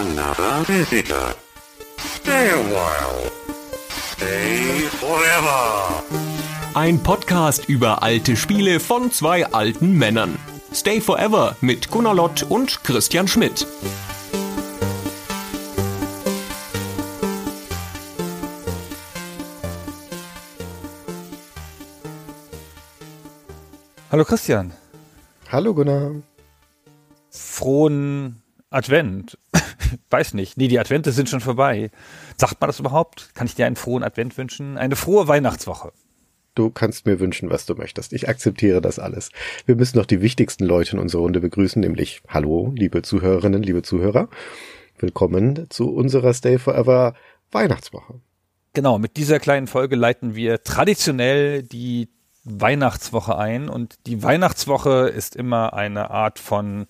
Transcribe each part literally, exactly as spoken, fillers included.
another visitor. Stay a while. Stay forever. Ein Podcast über alte Spiele von zwei alten Männern. Stay Forever mit Gunnar Lott und Christian Schmidt. Hallo Christian. Hallo Gunnar. Frohen Advent. Weiß nicht. Nee, die Advente sind schon vorbei. Sagt man das überhaupt? Kann ich dir einen frohen Advent wünschen? Eine frohe Weihnachtswoche. Du kannst mir wünschen, was du möchtest. Ich akzeptiere das alles. Wir müssen noch die wichtigsten Leute in unserer Runde begrüßen, nämlich hallo, liebe Zuhörerinnen, liebe Zuhörer. Willkommen zu unserer Stay Forever Weihnachtswoche. Genau, mit dieser kleinen Folge leiten wir traditionell die Weihnachtswoche ein. Und die Weihnachtswoche ist immer eine Art von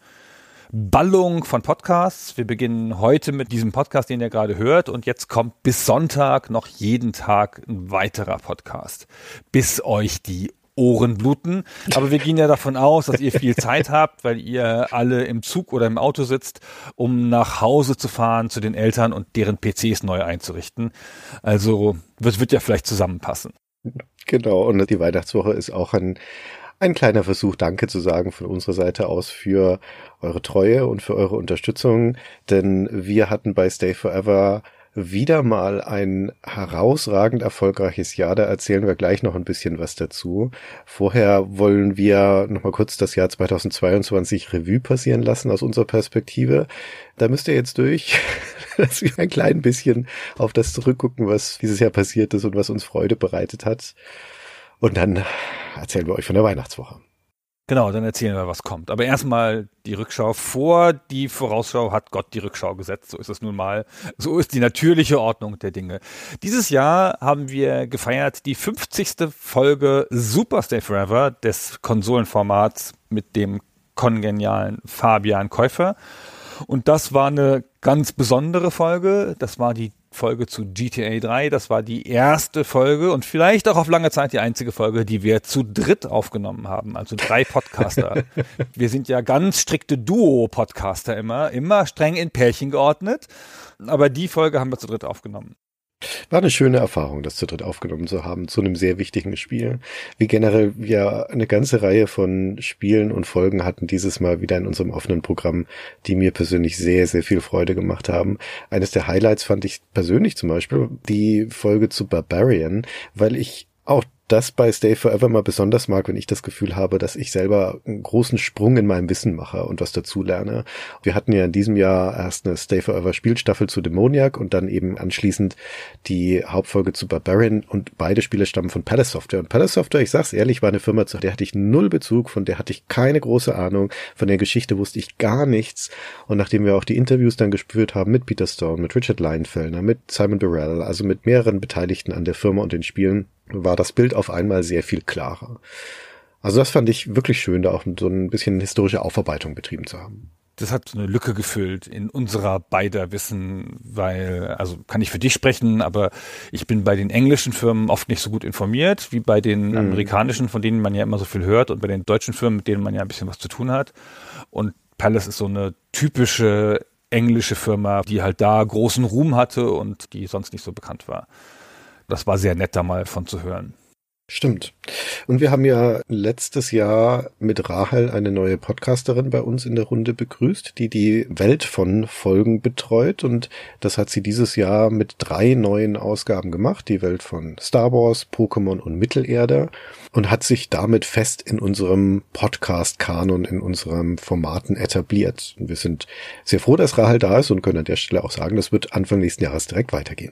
Ballung von Podcasts. Wir beginnen heute mit diesem Podcast, den ihr gerade hört, und jetzt kommt bis Sonntag noch jeden Tag ein weiterer Podcast, bis euch die Ohren bluten. Aber wir gehen ja davon aus, dass ihr viel Zeit habt, weil ihr alle im Zug oder im Auto sitzt, um nach Hause zu fahren zu den Eltern und deren P Cs neu einzurichten. Also wird, wird ja vielleicht zusammenpassen. Genau, und die Weihnachtswoche ist auch ein Ein kleiner Versuch, Danke zu sagen von unserer Seite aus für eure Treue und für eure Unterstützung, denn wir hatten bei Stay Forever wieder mal ein herausragend erfolgreiches Jahr, da erzählen wir gleich noch ein bisschen was dazu. Vorher wollen wir noch mal kurz das Jahr zweitausendzweiundzwanzig Revue passieren lassen aus unserer Perspektive. Da müsst ihr jetzt durch, dass wir ein klein bisschen auf das zurückgucken, was dieses Jahr passiert ist und was uns Freude bereitet hat. Und dann erzählen wir euch von der Weihnachtswoche. Genau, dann erzählen wir, was kommt. Aber erstmal die Rückschau. Vor die Vorausschau hat Gott die Rückschau gesetzt. So ist es nun mal. So ist die natürliche Ordnung der Dinge. Dieses Jahr haben wir gefeiert die fünfzigste Folge Super Stay Forever des Konsolenformats mit dem kongenialen Fabian Käufer. Und das war eine ganz besondere Folge. Das war die Folge zu G T A drei. Das war die erste Folge und vielleicht auch auf lange Zeit die einzige Folge, die wir zu dritt aufgenommen haben. Also drei Podcaster. Wir sind ja ganz strikte Duo-Podcaster immer, immer streng in Pärchen geordnet. Aber die Folge haben wir zu dritt aufgenommen. War eine schöne Erfahrung, das zu dritt aufgenommen zu haben, zu einem sehr wichtigen Spiel. Wie generell wir eine ganze Reihe von Spielen und Folgen hatten dieses Mal wieder in unserem offenen Programm, die mir persönlich sehr, sehr viel Freude gemacht haben. Eines der Highlights fand ich persönlich zum Beispiel die Folge zu Barbarian, weil ich auch das bei Stay Forever mal besonders mag, wenn ich das Gefühl habe, dass ich selber einen großen Sprung in meinem Wissen mache und was dazu lerne. Wir hatten ja in diesem Jahr erst eine Stay Forever Spielstaffel zu Demoniac und dann eben anschließend die Hauptfolge zu Barbarian, und beide Spiele stammen von Palace Software. Und Palace Software, ich sag's ehrlich, war eine Firma, zu der hatte ich null Bezug, von der hatte ich keine große Ahnung, von der Geschichte wusste ich gar nichts. Und nachdem wir auch die Interviews dann gespürt haben mit Peter Stone, mit Richard Leinfelder, mit Simon Burrell, also mit mehreren Beteiligten an der Firma und den Spielen, war das Bild auf einmal sehr viel klarer. Also das fand ich wirklich schön, da auch so ein bisschen historische Aufarbeitung betrieben zu haben. Das hat so eine Lücke gefüllt in unserer beider Wissen, weil, also kann ich für dich sprechen, aber ich bin bei den englischen Firmen oft nicht so gut informiert, wie bei den mhm. amerikanischen, von denen man ja immer so viel hört, und bei den deutschen Firmen, mit denen man ja ein bisschen was zu tun hat. Und Palace ist so eine typische englische Firma, die halt da großen Ruhm hatte und die sonst nicht so bekannt war. Das war sehr nett, da mal von zu hören. Stimmt. Und wir haben ja letztes Jahr mit Rahel eine neue Podcasterin bei uns in der Runde begrüßt, die die Welt von Folgen betreut. Und das hat sie dieses Jahr mit drei neuen Ausgaben gemacht. Die Welt von Star Wars, Pokémon und Mittelerde. Und hat sich damit fest in unserem Podcast-Kanon, in unseren Formaten etabliert. Und wir sind sehr froh, dass Rahel da ist und können an der Stelle auch sagen, das wird Anfang nächsten Jahres direkt weitergehen.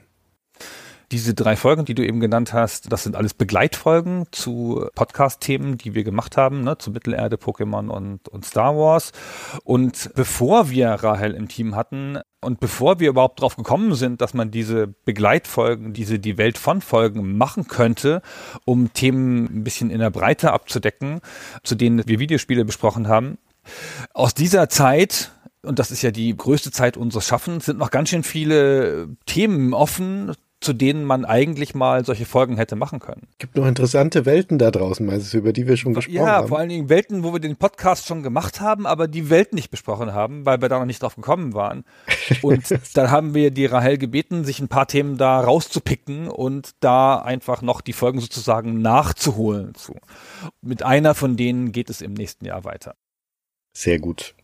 Diese drei Folgen, die du eben genannt hast, das sind alles Begleitfolgen zu Podcast-Themen, die wir gemacht haben, ne, zu Mittelerde, Pokémon und, und Star Wars. Und bevor wir Rahel im Team hatten und bevor wir überhaupt drauf gekommen sind, dass man diese Begleitfolgen, diese die Welt von Folgen machen könnte, um Themen ein bisschen in der Breite abzudecken, zu denen wir Videospiele besprochen haben, aus dieser Zeit, und das ist ja die größte Zeit unseres Schaffens, sind noch ganz schön viele Themen offen, zu denen man eigentlich mal solche Folgen hätte machen können. Gibt noch interessante Welten da draußen, meinst du, über die wir schon gesprochen ja, haben? Ja, vor allen Dingen Welten, wo wir den Podcast schon gemacht haben, aber die Welt nicht besprochen haben, weil wir da noch nicht drauf gekommen waren. Und dann haben wir die Rahel gebeten, sich ein paar Themen da rauszupicken und da einfach noch die Folgen sozusagen nachzuholen zu. Mit einer von denen geht es im nächsten Jahr weiter. Sehr gut.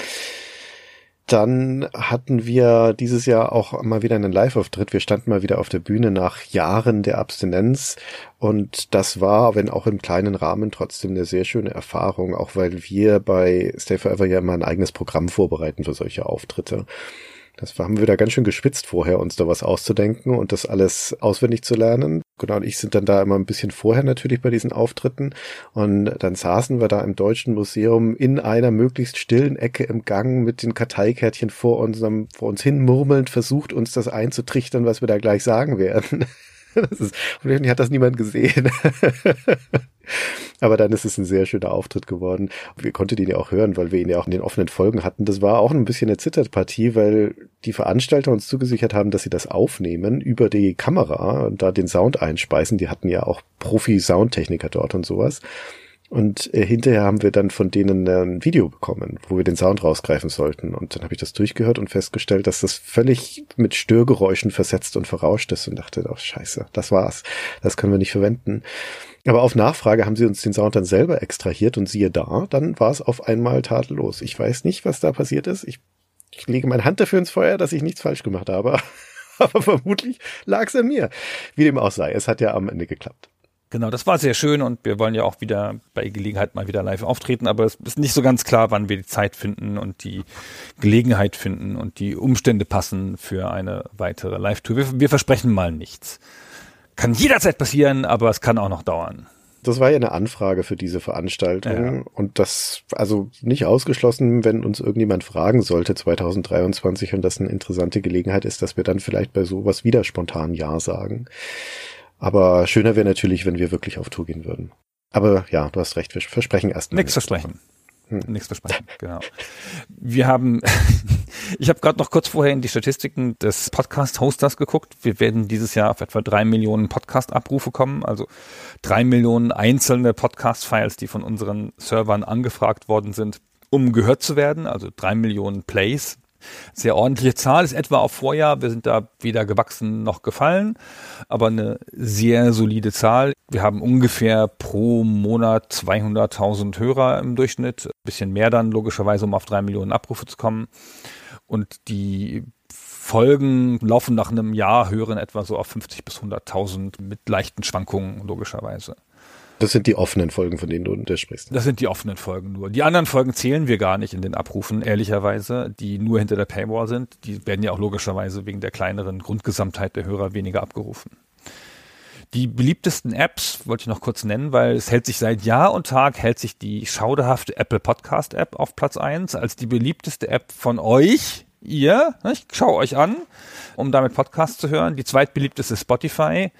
Dann hatten wir dieses Jahr auch mal wieder einen Live-Auftritt. Wir standen mal wieder auf der Bühne nach Jahren der Abstinenz und das war, wenn auch im kleinen Rahmen, trotzdem eine sehr schöne Erfahrung, auch weil wir bei Stay Forever ja immer ein eigenes Programm vorbereiten für solche Auftritte. Das haben wir da ganz schön geschwitzt vorher, uns da was auszudenken und das alles auswendig zu lernen. Genau, und ich sind dann da immer ein bisschen vorher natürlich bei diesen Auftritten und dann saßen wir da im Deutschen Museum in einer möglichst stillen Ecke im Gang mit den Karteikärtchen vor unserem, vor uns hin murmelnd versucht, uns das einzutrichtern, was wir da gleich sagen werden. Das ist, hoffentlich hat das niemand gesehen. Aber dann ist es ein sehr schöner Auftritt geworden. Wir konnten ihn ja auch hören, weil wir ihn ja auch in den offenen Folgen hatten. Das war auch ein bisschen eine Zitterpartie, weil die Veranstalter uns zugesichert haben, dass sie das aufnehmen über die Kamera und da den Sound einspeisen. Die hatten ja auch Profi-Soundtechniker dort und sowas. Und äh, hinterher haben wir dann von denen ein Video bekommen, wo wir den Sound rausgreifen sollten. Und dann habe ich das durchgehört und festgestellt, dass das völlig mit Störgeräuschen versetzt und verrauscht ist und dachte, oh scheiße, das war's. Das können wir nicht verwenden. Aber auf Nachfrage haben sie uns den Sound dann selber extrahiert und siehe da, dann war es auf einmal tadellos. Ich weiß nicht, was da passiert ist. Ich, ich lege meine Hand dafür ins Feuer, dass ich nichts falsch gemacht habe. Aber vermutlich lag es an mir. Wie dem auch sei, es hat ja am Ende geklappt. Genau, das war sehr schön und wir wollen ja auch wieder bei Gelegenheit mal wieder live auftreten, aber es ist nicht so ganz klar, wann wir die Zeit finden und die Gelegenheit finden und die Umstände passen für eine weitere Live-Tour. Wir, wir versprechen mal nichts. Kann jederzeit passieren, aber es kann auch noch dauern. Das war ja eine Anfrage für diese Veranstaltung ja. Und das, also nicht ausgeschlossen, wenn uns irgendjemand fragen sollte zwanzig dreiundzwanzig und das eine interessante Gelegenheit ist, dass wir dann vielleicht bei sowas wieder spontan Ja sagen. Aber schöner wäre natürlich, wenn wir wirklich auf Tour gehen würden. Aber ja, du hast recht, wir versprechen erst mal. Nichts versprechen. Hm. Nichts versprechen, genau. Wir haben, ich habe gerade noch kurz vorher in die Statistiken des Podcast-Hosters geguckt. Wir werden dieses Jahr auf etwa drei Millionen Podcast-Abrufe kommen, also drei Millionen einzelne Podcast-Files, die von unseren Servern angefragt worden sind, um gehört zu werden, also drei Millionen Plays. Sehr ordentliche Zahl, ist etwa auf Vorjahr. Wir sind da weder gewachsen noch gefallen, aber eine sehr solide Zahl. Wir haben ungefähr pro Monat zweihunderttausend Hörer im Durchschnitt. Ein bisschen mehr dann logischerweise, um auf drei Millionen Abrufe zu kommen. Und die Folgen laufen nach einem Jahr, hören etwa so auf fünfzig bis hunderttausend mit leichten Schwankungen logischerweise. Das sind die offenen Folgen, von denen du da sprichst. Das sind die offenen Folgen nur. Die anderen Folgen zählen wir gar nicht in den Abrufen, ehrlicherweise, die nur hinter der Paywall sind. Die werden ja auch logischerweise wegen der kleineren Grundgesamtheit der Hörer weniger abgerufen. Die beliebtesten Apps wollte ich noch kurz nennen, weil es hält sich seit Jahr und Tag, hält sich die schauderhafte Apple Podcast App auf Platz eins als die beliebteste App von euch. Ihr, ich schaue euch an, um damit Podcasts zu hören. Die zweitbeliebteste Spotify.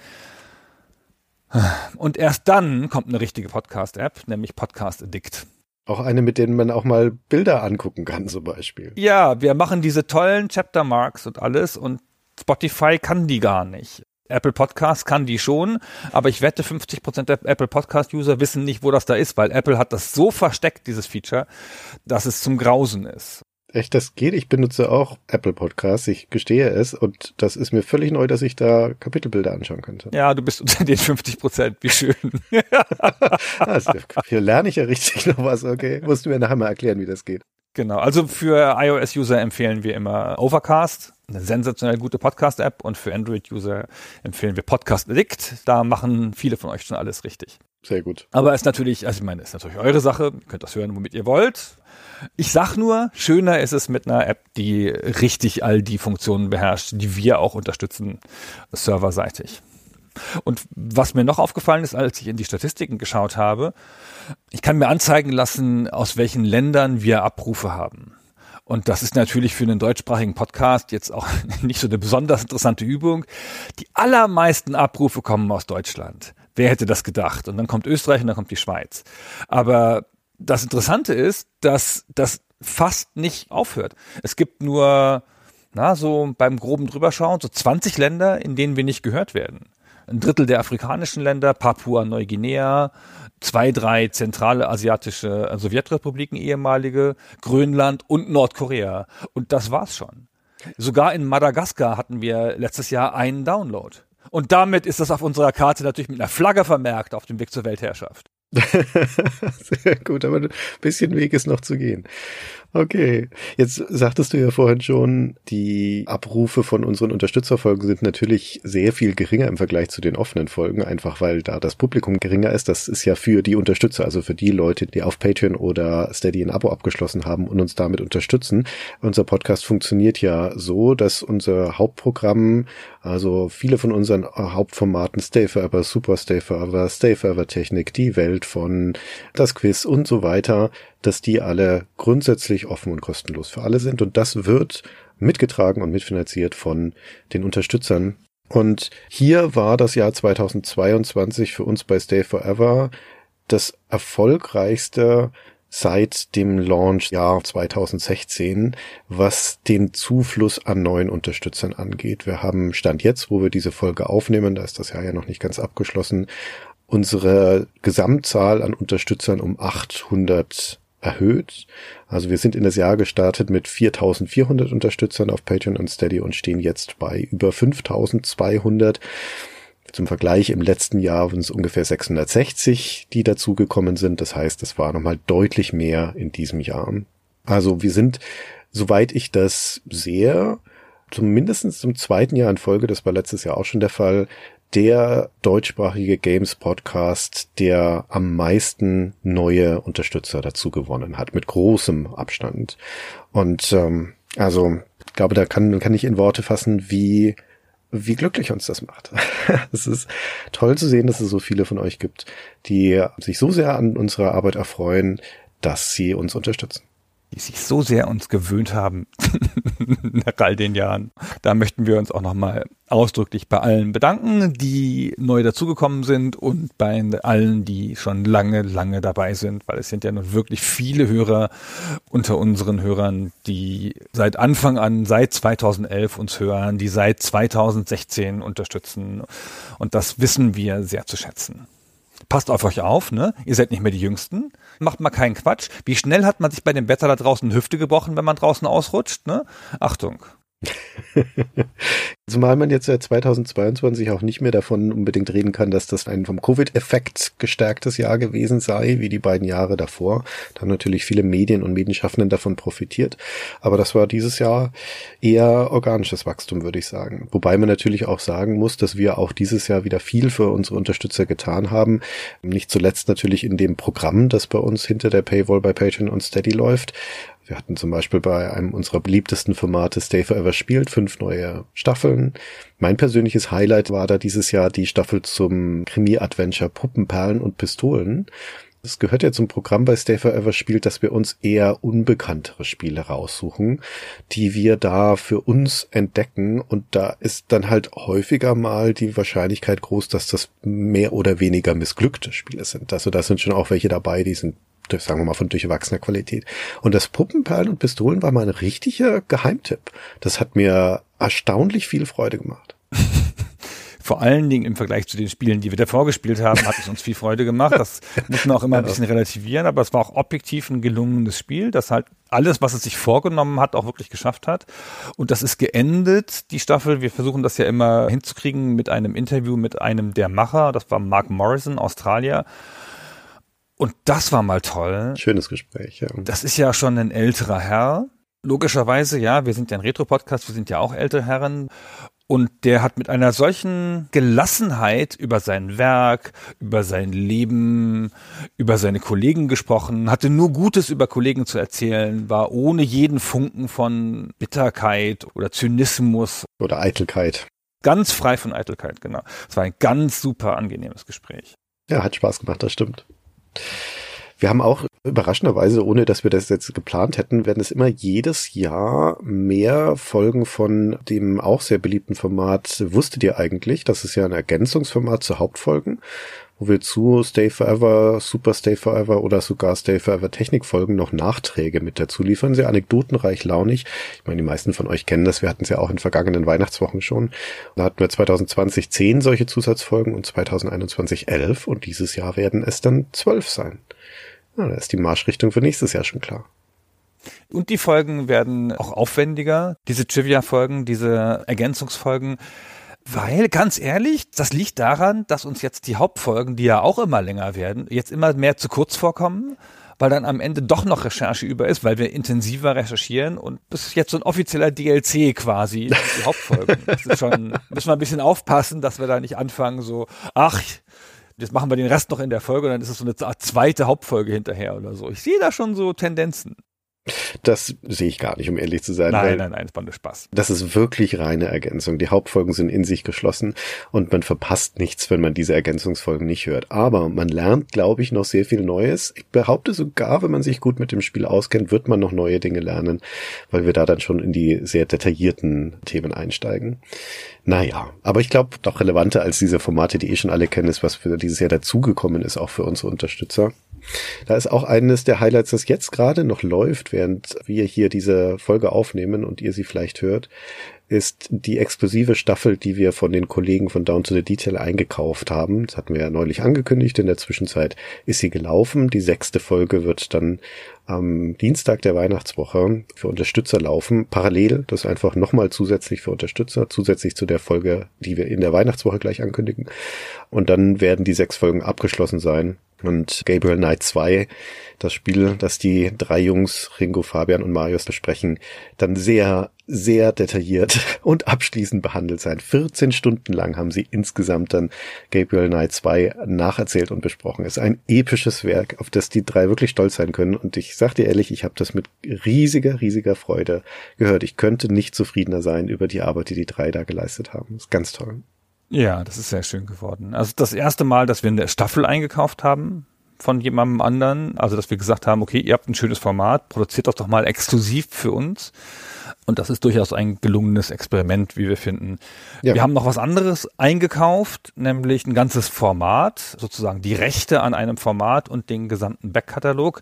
Und erst dann kommt eine richtige Podcast-App, nämlich Podcast Addict. Auch eine, mit denen man auch mal Bilder angucken kann, zum Beispiel. Ja, wir machen diese tollen Chapter-Marks und alles und Spotify kann die gar nicht. Apple Podcast kann die schon, aber ich wette, fünfzig Prozent der Apple Podcast-User wissen nicht, wo das da ist, weil Apple hat das so versteckt, dieses Feature, dass es zum Grausen ist. Echt, das geht? Ich benutze auch Apple Podcasts, ich gestehe es und das ist mir völlig neu, dass ich da Kapitelbilder anschauen könnte. Ja, du bist unter den fünfzig Prozent, wie schön. Also, hier lerne ich ja richtig noch was, okay. Musst du mir nachher mal erklären, wie das geht. Genau, also für iOS-User empfehlen wir immer Overcast, eine sensationell gute Podcast-App, und für Android-User empfehlen wir Podcast Addict. Da machen viele von euch schon alles richtig. Sehr gut. Aber ist natürlich, also ich meine, ist natürlich eure Sache. Ihr könnt das hören, womit ihr wollt. Ich sag nur, schöner ist es mit einer App, die richtig all die Funktionen beherrscht, die wir auch unterstützen, serverseitig. Und was mir noch aufgefallen ist, als ich in die Statistiken geschaut habe, ich kann mir anzeigen lassen, aus welchen Ländern wir Abrufe haben. Und das ist natürlich für einen deutschsprachigen Podcast jetzt auch nicht so eine besonders interessante Übung. Die allermeisten Abrufe kommen aus Deutschland. Wer hätte das gedacht? Und dann kommt Österreich und dann kommt die Schweiz. Aber das Interessante ist, dass das fast nicht aufhört. Es gibt nur Na, so beim groben Drüberschauen, so zwanzig Länder, in denen wir nicht gehört werden. Ein Drittel der afrikanischen Länder, Papua-Neuguinea, zwei, drei zentrale asiatische Sowjetrepubliken, ehemalige, Grönland und Nordkorea. Und das war's schon. Sogar in Madagaskar hatten wir letztes Jahr einen Download. Und damit ist das auf unserer Karte natürlich mit einer Flagge vermerkt auf dem Weg zur Weltherrschaft. Sehr gut, aber ein bisschen Weg ist noch zu gehen. Okay, jetzt sagtest du ja vorhin schon, die Abrufe von unseren Unterstützerfolgen sind natürlich sehr viel geringer im Vergleich zu den offenen Folgen, einfach weil da das Publikum geringer ist. Das ist ja für die Unterstützer, also für die Leute, die auf Patreon oder Steady ein Abo abgeschlossen haben und uns damit unterstützen. Unser Podcast funktioniert ja so, dass unser Hauptprogramm, also viele von unseren Hauptformaten, Stay Forever, Super Stay Forever, Stay Forever Technik, die Welt von das Quiz und so weiter, dass die alle grundsätzlich offen und kostenlos für alle sind. Und das wird mitgetragen und mitfinanziert von den Unterstützern. Und hier war das Jahr zweitausendzweiundzwanzig für uns bei Stay Forever das erfolgreichste seit dem Launch Jahr zweitausendsechzehn, was den Zufluss an neuen Unterstützern angeht. Wir haben Stand jetzt, wo wir diese Folge aufnehmen, da ist das Jahr ja noch nicht ganz abgeschlossen, unsere Gesamtzahl an Unterstützern um achthundert erhöht. Also wir sind in das Jahr gestartet mit viertausendvierhundert Unterstützern auf Patreon und Steady und stehen jetzt bei über fünftausendzweihundert. Zum Vergleich, im letzten Jahr waren es ungefähr sechshundertsechzig, die dazugekommen sind. Das heißt, es war nochmal deutlich mehr in diesem Jahr. Also wir sind, soweit ich das sehe, zumindest zum zweiten Jahr in Folge, das war letztes Jahr auch schon der Fall, der deutschsprachige Games-Podcast, der am meisten neue Unterstützer dazu gewonnen hat, mit großem Abstand. Und ähm, also, ich glaube, da kann, kann ich in Worte fassen, wie wie glücklich uns das macht. Es ist toll zu sehen, dass es so viele von euch gibt, die sich so sehr an unserer Arbeit erfreuen, dass sie uns unterstützen. Die sich so sehr uns gewöhnt haben nach all den Jahren. Da möchten wir uns auch nochmal ausdrücklich bei allen bedanken, die neu dazugekommen sind und bei allen, die schon lange, lange dabei sind, weil es sind ja nun wirklich viele Hörer unter unseren Hörern, die seit Anfang an, seit zweitausendelf uns hören, die seit zweitausendsechzehn unterstützen und das wissen wir sehr zu schätzen. Passt auf euch auf, ne? Ihr seid nicht mehr die Jüngsten. Macht mal keinen Quatsch. Wie schnell hat man sich bei dem Wetter da draußen eine Hüfte gebrochen, wenn man draußen ausrutscht, ne? Achtung. Zumal man jetzt seit zweitausendzweiundzwanzig auch nicht mehr davon unbedingt reden kann, dass das ein vom Covid-Effekt gestärktes Jahr gewesen sei, wie die beiden Jahre davor. Da haben natürlich viele Medien und Medienschaffenden davon profitiert. Aber das war dieses Jahr eher organisches Wachstum, würde ich sagen. Wobei man natürlich auch sagen muss, dass wir auch dieses Jahr wieder viel für unsere Unterstützer getan haben. Nicht zuletzt natürlich in dem Programm, das bei uns hinter der Paywall bei Patreon und Steady läuft. Wir hatten zum Beispiel bei einem unserer beliebtesten Formate Stay Forever spielt fünf neue Staffeln. Mein persönliches Highlight war da dieses Jahr die Staffel zum Krimi-Adventure Puppenperlen und Pistolen. Das gehört ja zum Programm bei Stay Forever spielt, dass wir uns eher unbekanntere Spiele raussuchen, die wir da für uns entdecken. Und da ist dann halt häufiger mal die Wahrscheinlichkeit groß, dass das mehr oder weniger missglückte Spiele sind. Also da sind schon auch welche dabei, die sind, sagen wir mal, von durchwachsener Qualität. Und das Puppenperlen und Pistolen war mal ein richtiger Geheimtipp. Das hat mir erstaunlich viel Freude gemacht. Vor allen Dingen im Vergleich zu den Spielen, die wir davor gespielt haben, hat es uns viel Freude gemacht. Das muss man auch immer ein bisschen relativieren, aber es war auch objektiv ein gelungenes Spiel, das halt alles, was es sich vorgenommen hat, auch wirklich geschafft hat. Und das ist geendet, die Staffel. Wir versuchen das ja immer hinzukriegen mit einem Interview mit einem der Macher. Das war Mark Morrison, Australier. Und das war mal toll. Schönes Gespräch, ja. Das ist ja schon ein älterer Herr. Logischerweise, ja, wir sind ja ein Retro-Podcast, wir sind ja auch ältere Herren. Und der hat mit einer solchen Gelassenheit über sein Werk, über sein Leben, über seine Kollegen gesprochen, hatte nur Gutes über Kollegen zu erzählen, war ohne jeden Funken von Bitterkeit oder Zynismus. Oder Eitelkeit. Ganz frei von Eitelkeit, genau. Es war ein ganz super angenehmes Gespräch. Ja, hat Spaß gemacht, das stimmt. Wir haben auch überraschenderweise, ohne dass wir das jetzt geplant hätten, werden es immer jedes Jahr mehr Folgen von dem auch sehr beliebten Format Wusstet ihr eigentlich? Das ist ja ein Ergänzungsformat zu Hauptfolgen, wo wir zu Stay Forever, Super Stay Forever oder sogar Stay Forever Technikfolgen noch Nachträge mit dazu liefern. Sehr anekdotenreich, launig. Ich meine, die meisten von euch kennen das. Wir hatten es ja auch in vergangenen Weihnachtswochen schon. Da hatten wir zwanzig zwanzig zehn solche Zusatzfolgen und zwanzig einundzwanzig elf und dieses Jahr werden es dann zwölf sein. Ja, da ist die Marschrichtung für nächstes Jahr schon klar. Und die Folgen werden auch aufwendiger, diese Trivia-Folgen, diese Ergänzungsfolgen, weil, ganz ehrlich, das liegt daran, dass uns jetzt die Hauptfolgen, die ja auch immer länger werden, jetzt immer mehr zu kurz vorkommen, weil dann am Ende doch noch Recherche über ist, weil wir intensiver recherchieren und das ist jetzt so ein offizieller D L C quasi, die Hauptfolgen. Das ist schon, müssen wir ein bisschen aufpassen, dass wir da nicht anfangen so, ach, jetzt machen wir den Rest noch in der Folge und dann ist es so eine zweite Hauptfolge hinterher oder so. Ich sehe da schon so Tendenzen. Das sehe ich gar nicht, um ehrlich zu sein. Nein, nein, nein, das war nur Spaß. Das ist wirklich reine Ergänzung. Die Hauptfolgen sind in sich geschlossen und man verpasst nichts, wenn man diese Ergänzungsfolgen nicht hört. Aber man lernt, glaube ich, noch sehr viel Neues. Ich behaupte sogar, wenn man sich gut mit dem Spiel auskennt, wird man noch neue Dinge lernen, weil wir da dann schon in die sehr detaillierten Themen einsteigen. Naja, aber ich glaube, doch relevanter als diese Formate, die eh schon alle kennen, ist, was für dieses Jahr dazugekommen ist, auch für unsere Unterstützer. Da ist auch eines der Highlights, das jetzt gerade noch läuft, während wir hier diese Folge aufnehmen und ihr sie vielleicht hört, ist die exklusive Staffel, die wir von den Kollegen von Down to the Detail eingekauft haben. Das hatten wir ja neulich angekündigt. In der Zwischenzeit ist sie gelaufen. Die sechste Folge wird dann am Dienstag der Weihnachtswoche für Unterstützer laufen. Parallel, das ist einfach nochmal zusätzlich für Unterstützer, zusätzlich zu der Folge, die wir in der Weihnachtswoche gleich ankündigen. Und dann werden die sechs Folgen abgeschlossen sein. Und Gabriel Knight zwei, das Spiel, das die drei Jungs, Ringo, Fabian und Marius besprechen, dann sehr, sehr detailliert und abschließend behandelt sein. vierzehn Stunden lang haben sie insgesamt dann Gabriel Knight zwei nacherzählt und besprochen. Es ist ein episches Werk, auf das die drei wirklich stolz sein können. Und ich sag dir ehrlich, ich habe das mit riesiger, riesiger Freude gehört. Ich könnte nicht zufriedener sein über die Arbeit, die die drei da geleistet haben. Das ist ganz toll. Ja, das ist sehr schön geworden. Also das erste Mal, dass wir eine Staffel eingekauft haben von jemandem anderen, also dass wir gesagt haben, okay, ihr habt ein schönes Format, produziert das doch mal exklusiv für uns. Und das ist durchaus ein gelungenes Experiment, wie wir finden. Ja. Wir haben noch was anderes eingekauft, nämlich ein ganzes Format, sozusagen die Rechte an einem Format und den gesamten Backkatalog.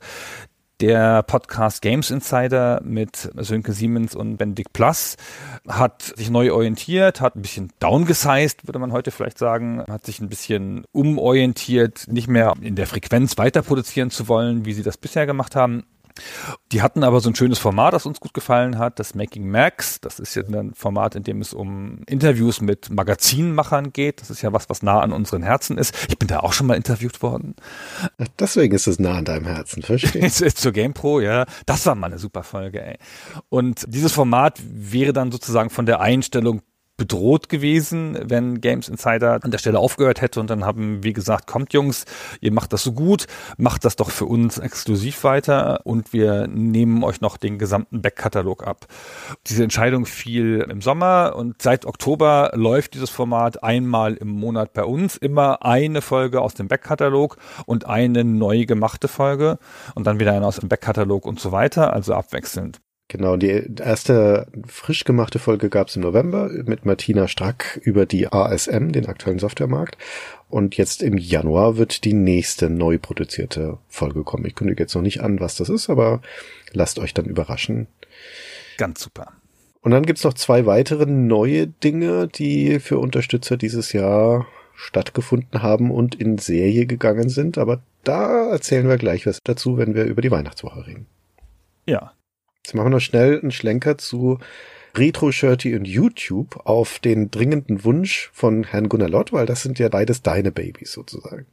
Der Podcast Games Insider mit Sönke Siemens und Benedikt Plass hat sich neu orientiert, hat ein bisschen downgesized, würde man heute vielleicht sagen, hat sich ein bisschen umorientiert, nicht mehr in der Frequenz weiter produzieren zu wollen, wie sie das bisher gemacht haben. Die hatten aber so ein schönes Format, das uns gut gefallen hat, das Making Max. Das ist ja ein Format, in dem es um Interviews mit Magazinmachern geht. Das ist ja was, was nah an unseren Herzen ist. Ich bin da auch schon mal interviewt worden. Deswegen ist es nah an deinem Herzen, verstehe. Zur GamePro, ja. Das war mal eine super Folge, ey. Und dieses Format wäre dann sozusagen von der Einstellung bedroht gewesen, wenn Games Insider an der Stelle aufgehört hätte und dann haben wir gesagt, kommt Jungs, ihr macht das so gut, macht das doch für uns exklusiv weiter und wir nehmen euch noch den gesamten Backkatalog ab. Diese Entscheidung fiel im Sommer und seit Oktober läuft dieses Format einmal im Monat bei uns, immer eine Folge aus dem Backkatalog und eine neu gemachte Folge und dann wieder eine aus dem Backkatalog und so weiter, also abwechselnd. Genau, die erste frisch gemachte Folge gab es im November mit Martina Strack über die A S M, den aktuellen Softwaremarkt. Und jetzt im Januar wird die nächste neu produzierte Folge kommen. Ich kündige jetzt noch nicht an, was das ist, aber lasst euch dann überraschen. Ganz super. Und dann gibt's noch zwei weitere neue Dinge, die für Unterstützer dieses Jahr stattgefunden haben und in Serie gegangen sind. Aber da erzählen wir gleich was dazu, wenn wir über die Weihnachtswoche reden. Ja. Jetzt machen wir noch schnell einen Schlenker zu Retro-Shirty und YouTube auf den dringenden Wunsch von Herrn Gunnar Lott, weil das sind ja beides deine Babys sozusagen.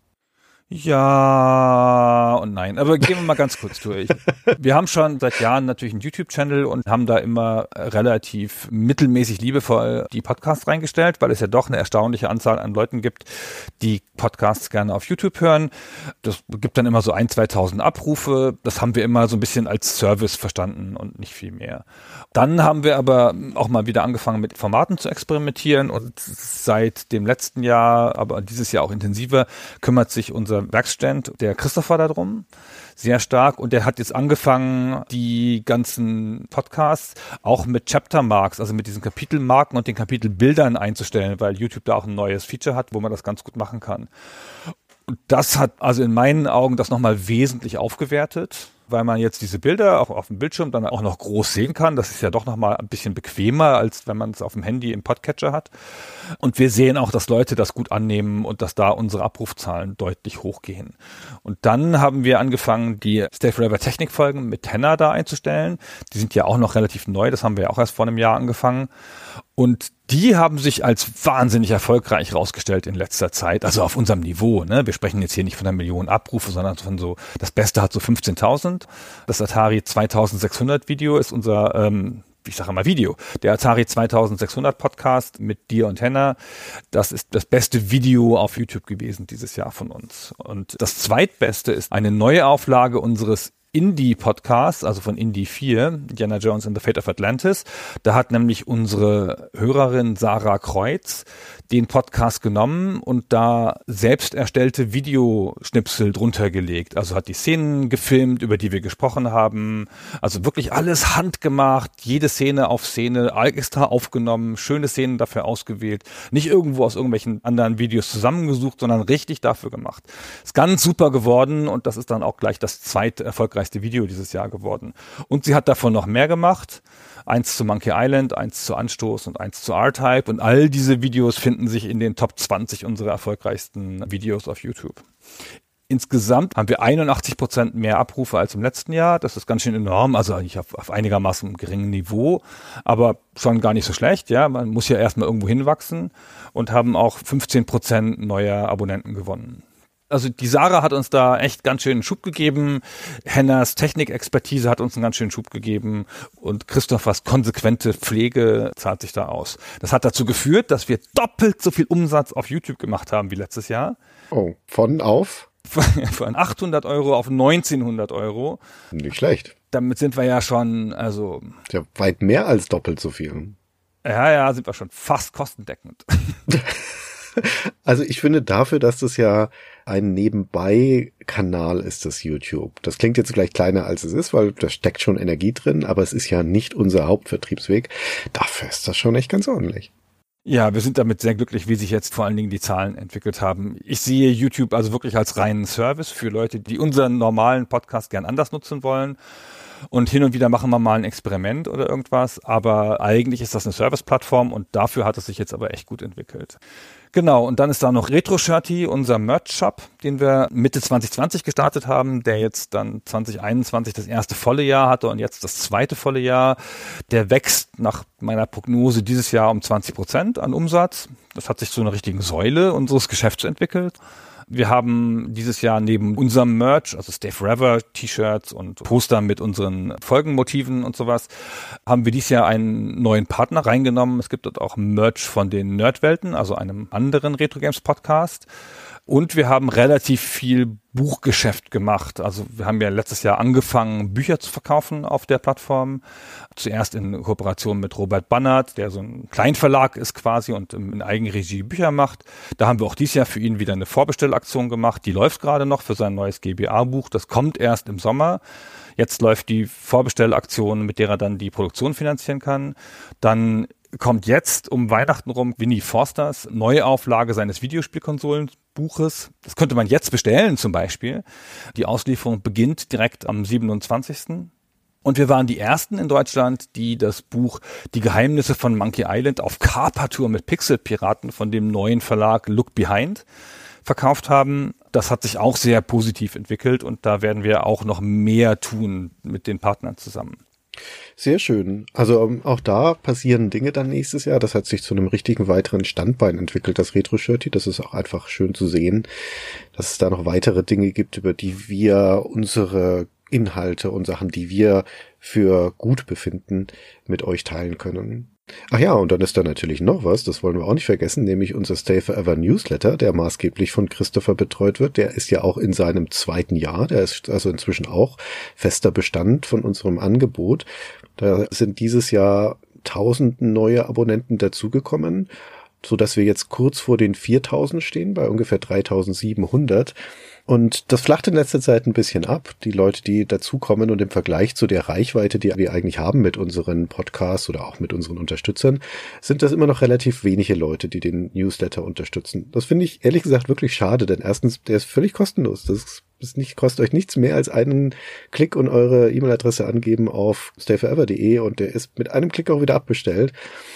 Ja und nein, aber gehen wir mal ganz kurz durch. Wir haben schon seit Jahren natürlich einen YouTube-Channel und haben da immer relativ mittelmäßig liebevoll die Podcasts reingestellt, weil es ja doch eine erstaunliche Anzahl an Leuten gibt, die Podcasts gerne auf YouTube hören. Das gibt dann immer so ein, zweitausend Abrufe. Das haben wir immer so ein bisschen als Service verstanden und nicht viel mehr. Dann haben wir aber auch mal wieder angefangen mit Formaten zu experimentieren und seit dem letzten Jahr, aber dieses Jahr auch intensiver, kümmert sich unser Werkstudent, der Christopher, darum, sehr stark. Und der hat jetzt angefangen, die ganzen Podcasts auch mit Chapter Marks, also mit diesen Kapitelmarken und den Kapitelbildern einzustellen, weil YouTube da auch ein neues Feature hat, wo man das ganz gut machen kann. Und das hat also in meinen Augen das nochmal wesentlich aufgewertet, weil man jetzt diese Bilder auch auf dem Bildschirm dann auch noch groß sehen kann. Das ist ja doch nochmal ein bisschen bequemer, als wenn man es auf dem Handy im Podcatcher hat. Und wir sehen auch, dass Leute das gut annehmen und dass da unsere Abrufzahlen deutlich hochgehen. Und dann haben wir angefangen, die Stay Forever Technik-Folgen mit Henna da einzustellen. Die sind ja auch noch relativ neu, das haben wir ja auch erst vor einem Jahr angefangen. Und die haben sich als wahnsinnig erfolgreich rausgestellt in letzter Zeit, also auf unserem Niveau. Ne? Wir sprechen jetzt hier nicht von einer Million Abrufe, sondern von so, das Beste hat so fünfzehntausend. Das Atari zweitausendsechshundert Video ist unser, ähm, ich sage mal Video, der Atari zweitausendsechshundert Podcast mit dir und Henna. Das ist das beste Video auf YouTube gewesen dieses Jahr von uns. Und das zweitbeste ist eine Neuauflage unseres Indie-Podcast, also von Indie vier, Indiana Jones and the Fate of Atlantis. Da hat nämlich unsere Hörerin Sarah Kreuz den Podcast genommen und da selbst erstellte Videoschnipsel drunter gelegt. Also hat die Szenen gefilmt, über die wir gesprochen haben. Also wirklich alles handgemacht, jede Szene auf Szene extra aufgenommen, schöne Szenen dafür ausgewählt. Nicht irgendwo aus irgendwelchen anderen Videos zusammengesucht, sondern richtig dafür gemacht. Ist ganz super geworden und das ist dann auch gleich das zweite erfolgreichste Video dieses Jahr geworden. Und sie hat davon noch mehr gemacht. Eins zu Monkey Island, eins zu Anstoß und eins zu R-Type. Und all diese Videos finden sich in den Top zwanzig unserer erfolgreichsten Videos auf YouTube. Insgesamt haben wir einundachtzig Prozent mehr Abrufe als im letzten Jahr. Das ist ganz schön enorm, also eigentlich auf, auf einigermaßen geringem Niveau, aber schon gar nicht so schlecht. Ja, man muss ja erstmal irgendwo hinwachsen und haben auch fünfzehn Prozent neuer Abonnenten gewonnen. Also die Sarah hat uns da echt ganz schön einen Schub gegeben. Hennas Technikexpertise hat uns einen ganz schönen Schub gegeben und Christophers konsequente Pflege zahlt sich da aus. Das hat dazu geführt, dass wir doppelt so viel Umsatz auf YouTube gemacht haben wie letztes Jahr. Oh, von auf? Von achthundert Euro auf neunzehnhundert Euro. Nicht schlecht. Damit sind wir ja schon, also... Ja, weit mehr als doppelt so viel. Ja, ja, sind wir schon fast kostendeckend. Also ich finde dafür, dass das ja ein Nebenbei-Kanal ist, das YouTube. Das klingt jetzt vielleicht kleiner, als es ist, weil da steckt schon Energie drin, aber es ist ja nicht unser Hauptvertriebsweg. Dafür ist das schon echt ganz ordentlich. Ja, wir sind damit sehr glücklich, wie sich jetzt vor allen Dingen die Zahlen entwickelt haben. Ich sehe YouTube also wirklich als reinen Service für Leute, die unseren normalen Podcast gern anders nutzen wollen. Und hin und wieder machen wir mal ein Experiment oder irgendwas, aber eigentlich ist das eine Service-Plattform und dafür hat es sich jetzt aber echt gut entwickelt. Genau, und dann ist da noch Retro-Shirty, unser Merch-Shop, den wir Mitte zwanzig zwanzig gestartet haben, der jetzt dann zwanzig einundzwanzig das erste volle Jahr hatte und jetzt das zweite volle Jahr. Der wächst nach meiner Prognose dieses Jahr um zwanzig Prozent an Umsatz. Das hat sich zu einer richtigen Säule unseres Geschäfts entwickelt. Wir haben dieses Jahr neben unserem Merch, also Stay Forever T-Shirts und Poster mit unseren Folgenmotiven und sowas, haben wir dieses Jahr einen neuen Partner reingenommen. Es gibt dort auch Merch von den Nerdwelten, also einem anderen Retro Games Podcast. Und wir haben relativ viel Buchgeschäft gemacht. Also wir haben ja letztes Jahr angefangen, Bücher zu verkaufen auf der Plattform. Zuerst in Kooperation mit Robert Bannert, der so ein Kleinverlag ist quasi und in Eigenregie Bücher macht. Da haben wir auch dieses Jahr für ihn wieder eine Vorbestellaktion gemacht. Die läuft gerade noch für sein neues G B A-Buch. Das kommt erst im Sommer. Jetzt läuft die Vorbestellaktion, mit der er dann die Produktion finanzieren kann. Dann kommt jetzt um Weihnachten rum Winnie Forsters Neuauflage seines Videospielkonsolenbuches. Das könnte man jetzt bestellen zum Beispiel. Die Auslieferung beginnt direkt am siebenundzwanzigsten Und wir waren die Ersten in Deutschland, die das Buch Die Geheimnisse von Monkey Island auf Kapertour mit Pixelpiraten von dem neuen Verlag Look Behind verkauft haben. Das hat sich auch sehr positiv entwickelt und da werden wir auch noch mehr tun mit den Partnern zusammen. Sehr schön. Also um, auch da passieren Dinge dann nächstes Jahr. Das hat sich zu einem richtigen weiteren Standbein entwickelt, das Retro-Shirty. Das ist auch einfach schön zu sehen, dass es da noch weitere Dinge gibt, über die wir unsere Inhalte und Sachen, die wir für gut befinden, mit euch teilen können. Ach ja, und dann ist da natürlich noch was, das wollen wir auch nicht vergessen, nämlich unser Stay Forever Newsletter, der maßgeblich von Christopher betreut wird. Der ist ja auch in seinem zweiten Jahr, der ist also inzwischen auch fester Bestand von unserem Angebot. Da sind dieses Jahr tausend neue Abonnenten dazugekommen. so dass wir jetzt kurz vor den viertausend stehen, bei ungefähr dreitausendsiebenhundert. Und das flacht in letzter Zeit ein bisschen ab. Die Leute, die dazukommen und im Vergleich zu der Reichweite, die wir eigentlich haben mit unseren Podcasts oder auch mit unseren Unterstützern, sind das immer noch relativ wenige Leute, die den Newsletter unterstützen. Das finde ich ehrlich gesagt wirklich schade, denn erstens, der ist völlig kostenlos. Das ist nicht, kostet euch nichts mehr als einen Klick und eure E-Mail-Adresse angeben auf stay forever punkt de und der ist mit einem Klick auch wieder abbestellt.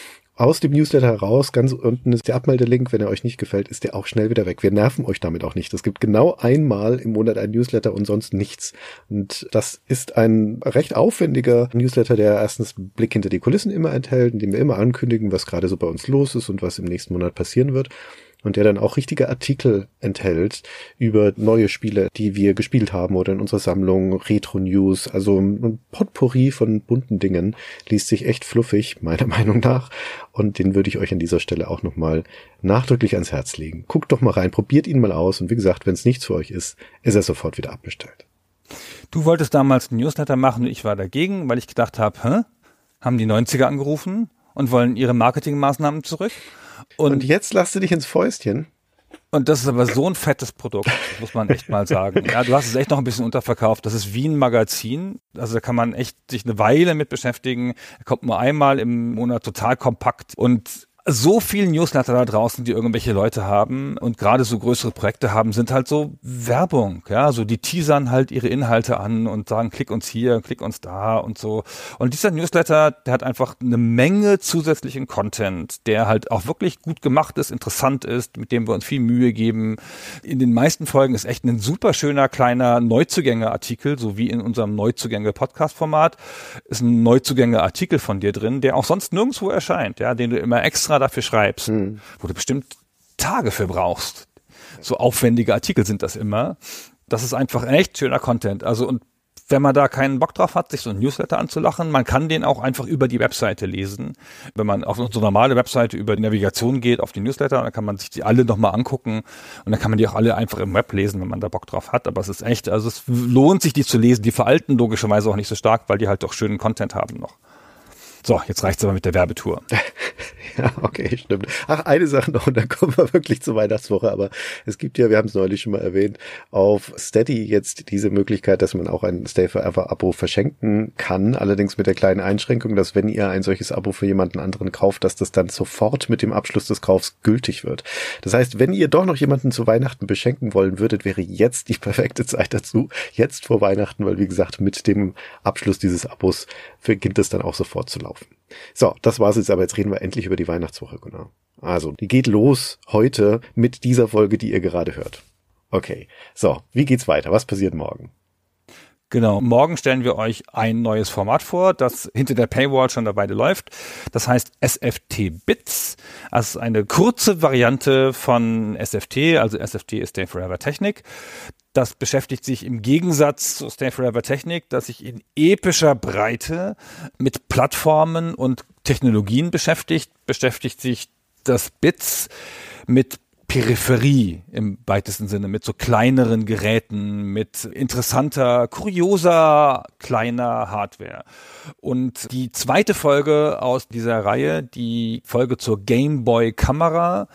Aus dem Newsletter heraus, ganz unten ist der Abmeldelink, wenn er euch nicht gefällt, ist der auch schnell wieder weg. Wir nerven euch damit auch nicht. Es gibt genau einmal im Monat ein Newsletter und sonst nichts. Und das ist ein recht aufwendiger Newsletter, der erstens einen Blick hinter die Kulissen immer enthält, in dem wir immer ankündigen, was gerade so bei uns los ist und was im nächsten Monat passieren wird. Und der dann auch richtige Artikel enthält über neue Spiele, die wir gespielt haben oder in unserer Sammlung, Retro-News, also ein Potpourri von bunten Dingen, liest sich echt fluffig, meiner Meinung nach. Und den würde ich euch an dieser Stelle auch nochmal nachdrücklich ans Herz legen. Guckt doch mal rein, probiert ihn mal aus und wie gesagt, wenn es nichts für euch ist, ist er sofort wieder abbestellt. Du wolltest damals einen Newsletter machen und ich war dagegen, weil ich gedacht habe, hä? Haben die neunziger angerufen und wollen ihre Marketingmaßnahmen zurück? Und, und jetzt lasst du dich ins Fäustchen. Und das ist aber so ein fettes Produkt, muss man echt mal sagen. Ja, du hast es echt noch ein bisschen unterverkauft. Das ist wie ein Magazin. Also da kann man echt sich eine Weile mit beschäftigen. Er kommt nur einmal im Monat total kompakt und so viele Newsletter da draußen, die irgendwelche Leute haben und gerade so größere Projekte haben, sind halt so Werbung, ja, so die teasern halt ihre Inhalte an und sagen, klick uns hier, klick uns da und so. Und dieser Newsletter, der hat einfach eine Menge zusätzlichen Content, der halt auch wirklich gut gemacht ist, interessant ist, mit dem wir uns viel Mühe geben. In den meisten Folgen ist echt ein super schöner kleiner Neuzugänge-Artikel, so wie in unserem Neuzugänge-Podcast-Format, ist ein Neuzugänge-Artikel von dir drin, der auch sonst nirgendwo erscheint, ja, den du immer extra dafür schreibst, hm. wo du bestimmt Tage für brauchst. So aufwendige Artikel sind das immer. Das ist einfach echt schöner Content. Also und wenn man da keinen Bock drauf hat, sich so ein Newsletter anzulachen, man kann den auch einfach über die Webseite lesen. Wenn man auf unsere normale Webseite über die Navigation geht, auf die Newsletter, dann kann man sich die alle nochmal angucken und dann kann man die auch alle einfach im Web lesen, wenn man da Bock drauf hat. Aber es ist echt, also es lohnt sich, die zu lesen. Die veralten logischerweise auch nicht so stark, weil die halt doch schönen Content haben noch. So, jetzt reicht's aber mit der Werbetour. Ja, okay, stimmt. Ach, eine Sache noch und dann kommen wir wirklich zur Weihnachtswoche, aber es gibt ja, wir haben es neulich schon mal erwähnt, auf Steady jetzt diese Möglichkeit, dass man auch ein Stay Forever Abo verschenken kann, allerdings mit der kleinen Einschränkung, dass wenn ihr ein solches Abo für jemanden anderen kauft, dass das dann sofort mit dem Abschluss des Kaufs gültig wird. Das heißt, wenn ihr doch noch jemanden zu Weihnachten beschenken wollen würdet, wäre jetzt die perfekte Zeit dazu, jetzt vor Weihnachten, weil wie gesagt, mit dem Abschluss dieses Abos beginnt es dann auch sofort zu laufen. So, das war's jetzt, aber jetzt reden wir endlich über die Weihnachtswoche, genau. Also, die geht los heute mit dieser Folge, die ihr gerade hört. Okay, so, wie geht's weiter? Was passiert morgen? Genau, morgen stellen wir euch ein neues Format vor, das hinter der Paywall schon eine Weile läuft. Das heißt S F T Bits. Das ist eine kurze Variante von S F T, also S F T ist Stay Forever Technik. Das beschäftigt sich im Gegensatz zu Stay Forever Technik, dass sich in epischer Breite mit Plattformen und Technologien beschäftigt, beschäftigt sich das Bits mit Peripherie im weitesten Sinne, mit so kleineren Geräten, mit interessanter, kurioser, kleiner Hardware. Und die zweite Folge aus dieser Reihe, die Folge zur Game Boy Kamera,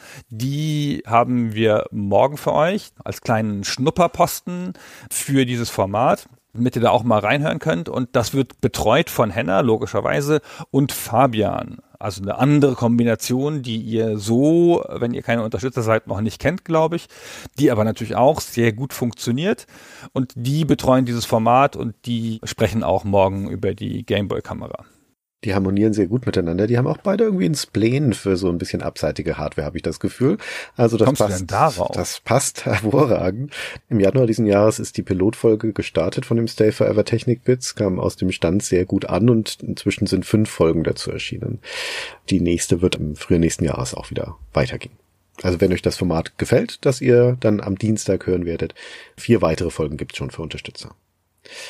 die haben wir morgen für euch als kleinen Schnupperposten für dieses Format, damit ihr da auch mal reinhören könnt. Und das wird betreut von Henna, logischerweise, und Fabian. Also eine andere Kombination, die ihr so, wenn ihr keine Unterstützer seid, noch nicht kennt, glaube ich, die aber natürlich auch sehr gut funktioniert. Und die betreuen dieses Format und die sprechen auch morgen über die Gameboy-Kamera. Die harmonieren sehr gut miteinander. Die haben auch beide irgendwie ein Spleen für so ein bisschen abseitige Hardware, habe ich das Gefühl. Also das Kommst passt, du denn darauf? Das passt hervorragend. Im Januar diesen Jahres ist die Pilotfolge gestartet von dem Stay Forever Technik Bits, kam aus dem Stand sehr gut an und inzwischen sind fünf Folgen dazu erschienen. Die nächste wird im Frühjahr nächsten Jahres auch wieder weitergehen. Also wenn euch das Format gefällt, das ihr dann am Dienstag hören werdet, vier weitere Folgen gibt's schon für Unterstützer.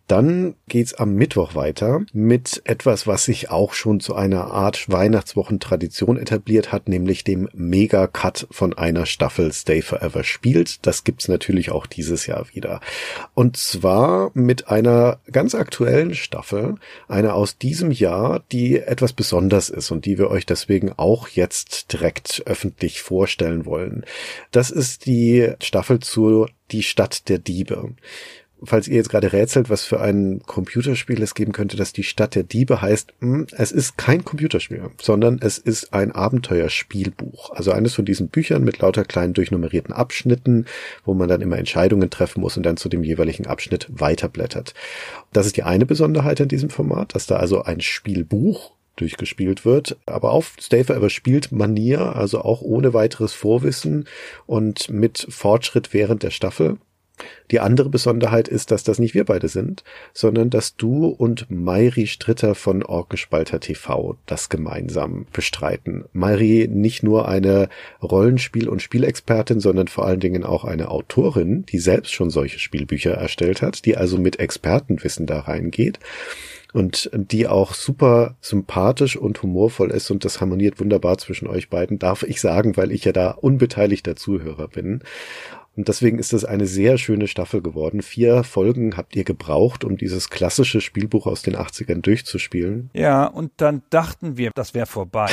Dann geht's am Mittwoch weiter mit etwas, was sich auch schon zu einer Art Weihnachtswochentradition etabliert hat, nämlich dem Mega-Cut von einer Staffel Stay Forever spielt. Das gibt's natürlich auch dieses Jahr wieder. Und zwar mit einer ganz aktuellen Staffel, einer aus diesem Jahr, die etwas besonders ist und die wir euch deswegen auch jetzt direkt öffentlich vorstellen wollen. Das ist die Staffel zu Die Stadt der Diebe. Falls ihr jetzt gerade rätselt, was für ein Computerspiel es geben könnte, das Die Stadt der Diebe heißt, es ist kein Computerspiel, sondern es ist ein Abenteuerspielbuch. Also eines von diesen Büchern mit lauter kleinen durchnummerierten Abschnitten, wo man dann immer Entscheidungen treffen muss und dann zu dem jeweiligen Abschnitt weiterblättert. Das ist die eine Besonderheit in diesem Format, dass da also ein Spielbuch durchgespielt wird, aber auf Stay Forever spielt Manier, also auch ohne weiteres Vorwissen und mit Fortschritt während der Staffel. Die andere Besonderheit ist, dass das nicht wir beide sind, sondern dass du und Mayri Stritter von Orkgespalter T V das gemeinsam bestreiten. Mayri nicht nur eine Rollenspiel- und Spielexpertin, sondern vor allen Dingen auch eine Autorin, die selbst schon solche Spielbücher erstellt hat, die also mit Expertenwissen da reingeht und die auch super sympathisch und humorvoll ist und das harmoniert wunderbar zwischen euch beiden, darf ich sagen, weil ich ja da unbeteiligter Zuhörer bin. Und deswegen ist es eine sehr schöne Staffel geworden. Vier Folgen habt ihr gebraucht, um dieses klassische Spielbuch aus den achtzigern durchzuspielen. Ja, und dann dachten wir, das wäre vorbei.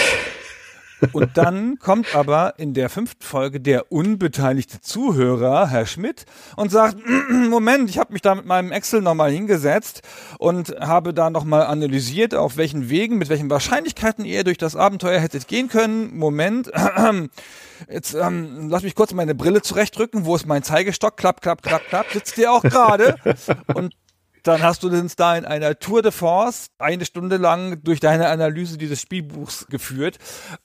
Und dann kommt aber in der fünften Folge der unbeteiligte Zuhörer, Herr Schmidt, und sagt, Moment, ich habe mich da mit meinem Excel nochmal hingesetzt und habe da nochmal analysiert, auf welchen Wegen, mit welchen Wahrscheinlichkeiten ihr durch das Abenteuer hättet gehen können. Moment, jetzt ähm, lass mich kurz meine Brille zurechtrücken. Wo ist mein Zeigestock? Klapp, klapp, klapp, klapp. Sitzt ihr auch gerade? Und dann hast du uns da in einer Tour de Force eine Stunde lang durch deine Analyse dieses Spielbuchs geführt,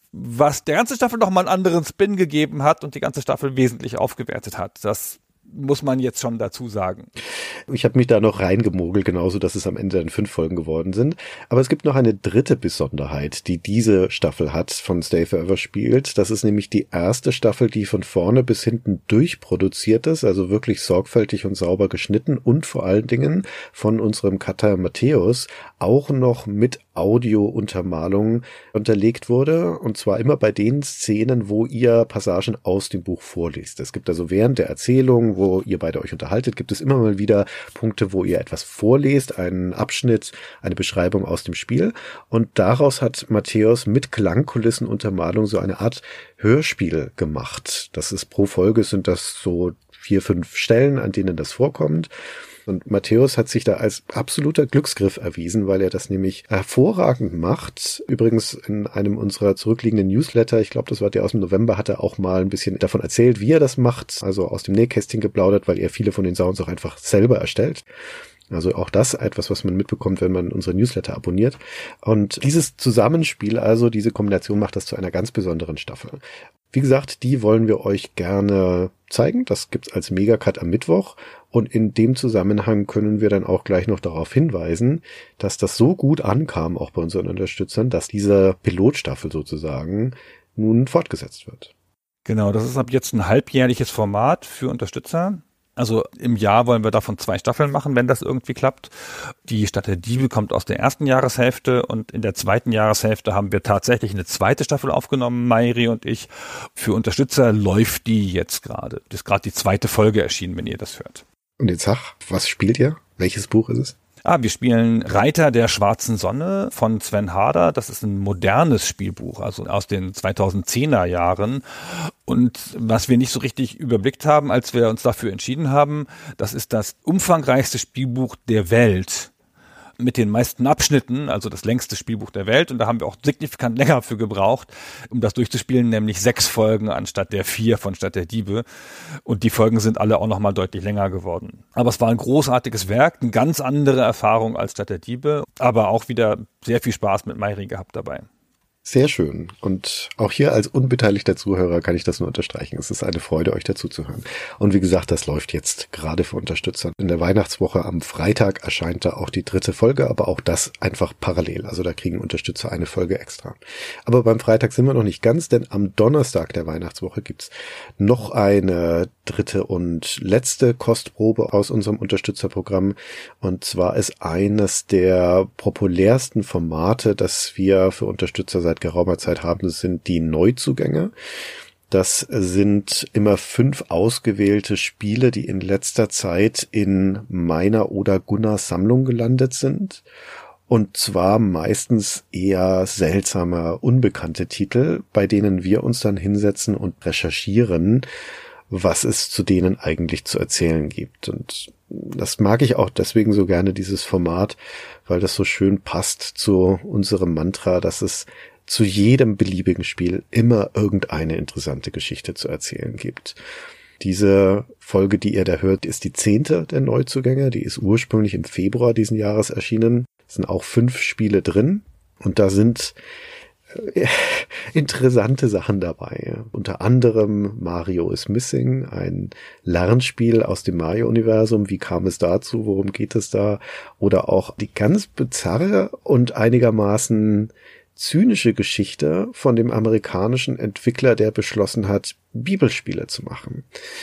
was der ganze Staffel nochmal einen anderen Spin gegeben hat und die ganze Staffel wesentlich aufgewertet hat. Das muss man jetzt schon dazu sagen. Ich habe mich da noch reingemogelt, genauso, dass es am Ende dann fünf Folgen geworden sind. Aber es gibt noch eine dritte Besonderheit, die diese Staffel hat, von Stay Forever spielt. Das ist nämlich die erste Staffel, die von vorne bis hinten durchproduziert ist, also wirklich sorgfältig und sauber geschnitten und vor allen Dingen von unserem Cutter Matthäus auch noch mit Audio-Untermalung unterlegt wurde. Und zwar immer bei den Szenen, wo ihr Passagen aus dem Buch vorliest. Es gibt also während der Erzählung, wo ihr beide euch unterhaltet, gibt es immer mal wieder Punkte, wo ihr etwas vorlest, einen Abschnitt, eine Beschreibung aus dem Spiel. Und daraus hat Matthäus mit Klangkulissenuntermalung so eine Art Hörspiel gemacht. Das ist pro Folge sind das so vier, fünf Stellen, an denen das vorkommt. Und Matthäus hat sich da als absoluter Glücksgriff erwiesen, weil er das nämlich hervorragend macht. Übrigens in einem unserer zurückliegenden Newsletter, ich glaube, das war der aus dem November, hat er auch mal ein bisschen davon erzählt, wie er das macht. Also aus dem Nähkästchen geplaudert, weil er viele von den Sounds auch einfach selber erstellt. Also auch das etwas, was man mitbekommt, wenn man unsere Newsletter abonniert. Und dieses Zusammenspiel, also diese Kombination macht das zu einer ganz besonderen Staffel. Wie gesagt, die wollen wir euch gerne zeigen. Das gibt's als Megacut am Mittwoch. Und in dem Zusammenhang können wir dann auch gleich noch darauf hinweisen, dass das so gut ankam, auch bei unseren Unterstützern, dass diese Pilotstaffel sozusagen nun fortgesetzt wird. Genau, das ist ab jetzt ein halbjährliches Format für Unterstützer. Also im Jahr wollen wir davon zwei Staffeln machen, wenn das irgendwie klappt. Die Stadt der Diebe kommt aus der ersten Jahreshälfte und in der zweiten Jahreshälfte haben wir tatsächlich eine zweite Staffel aufgenommen, Mayri und ich. Für Unterstützer läuft die jetzt gerade. Das ist gerade die zweite Folge erschienen, wenn ihr das hört. Und jetzt sag, was spielt ihr? Welches Buch ist es? Ah, wir spielen Reiter der schwarzen Sonne von Sven Harder. Das ist ein modernes Spielbuch, also aus den zweitausendzehner Jahren. Und was wir nicht so richtig überblickt haben, als wir uns dafür entschieden haben, das ist das umfangreichste Spielbuch der Welt mit den meisten Abschnitten, also das längste Spielbuch der Welt. Und da haben wir auch signifikant länger für gebraucht, um das durchzuspielen, nämlich sechs Folgen anstatt der vier von Stadt der Diebe. Und die Folgen sind alle auch nochmal deutlich länger geworden. Aber es war ein großartiges Werk, eine ganz andere Erfahrung als Stadt der Diebe, aber auch wieder sehr viel Spaß mit Mayri gehabt dabei. Sehr schön. Und auch hier als unbeteiligter Zuhörer kann ich das nur unterstreichen. Es ist eine Freude, euch dazu zu hören. Und wie gesagt, das läuft jetzt gerade für Unterstützer. In der Weihnachtswoche am Freitag erscheint da auch die dritte Folge, aber auch das einfach parallel. Also da kriegen Unterstützer eine Folge extra. Aber beim Freitag sind wir noch nicht ganz, denn am Donnerstag der Weihnachtswoche gibt's noch eine dritte und letzte Kostprobe aus unserem Unterstützerprogramm. Und zwar ist eines der populärsten Formate, das wir für Unterstützer seit geraumer Zeit haben, das sind die Neuzugänge. Das sind immer fünf ausgewählte Spiele, die in letzter Zeit in meiner oder Gunnars Sammlung gelandet sind. Und zwar meistens eher seltsame, unbekannte Titel, bei denen wir uns dann hinsetzen und recherchieren, was es zu denen eigentlich zu erzählen gibt. Und das mag ich auch deswegen so gerne, dieses Format, weil das so schön passt zu unserem Mantra, dass es zu jedem beliebigen Spiel immer irgendeine interessante Geschichte zu erzählen gibt. Diese Folge, die ihr da hört, ist die zehnte der Neuzugänge. Die ist ursprünglich im Februar diesen Jahres erschienen. Es sind auch fünf Spiele drin und da sind äh, interessante Sachen dabei. Unter anderem Mario is Missing, ein Lernspiel aus dem Mario-Universum. Wie kam es dazu? Worum geht es da? Oder auch die ganz bizarre und einigermaßen zynische Geschichte von dem amerikanischen Entwickler, der beschlossen hat, Bibelspiele zu machen.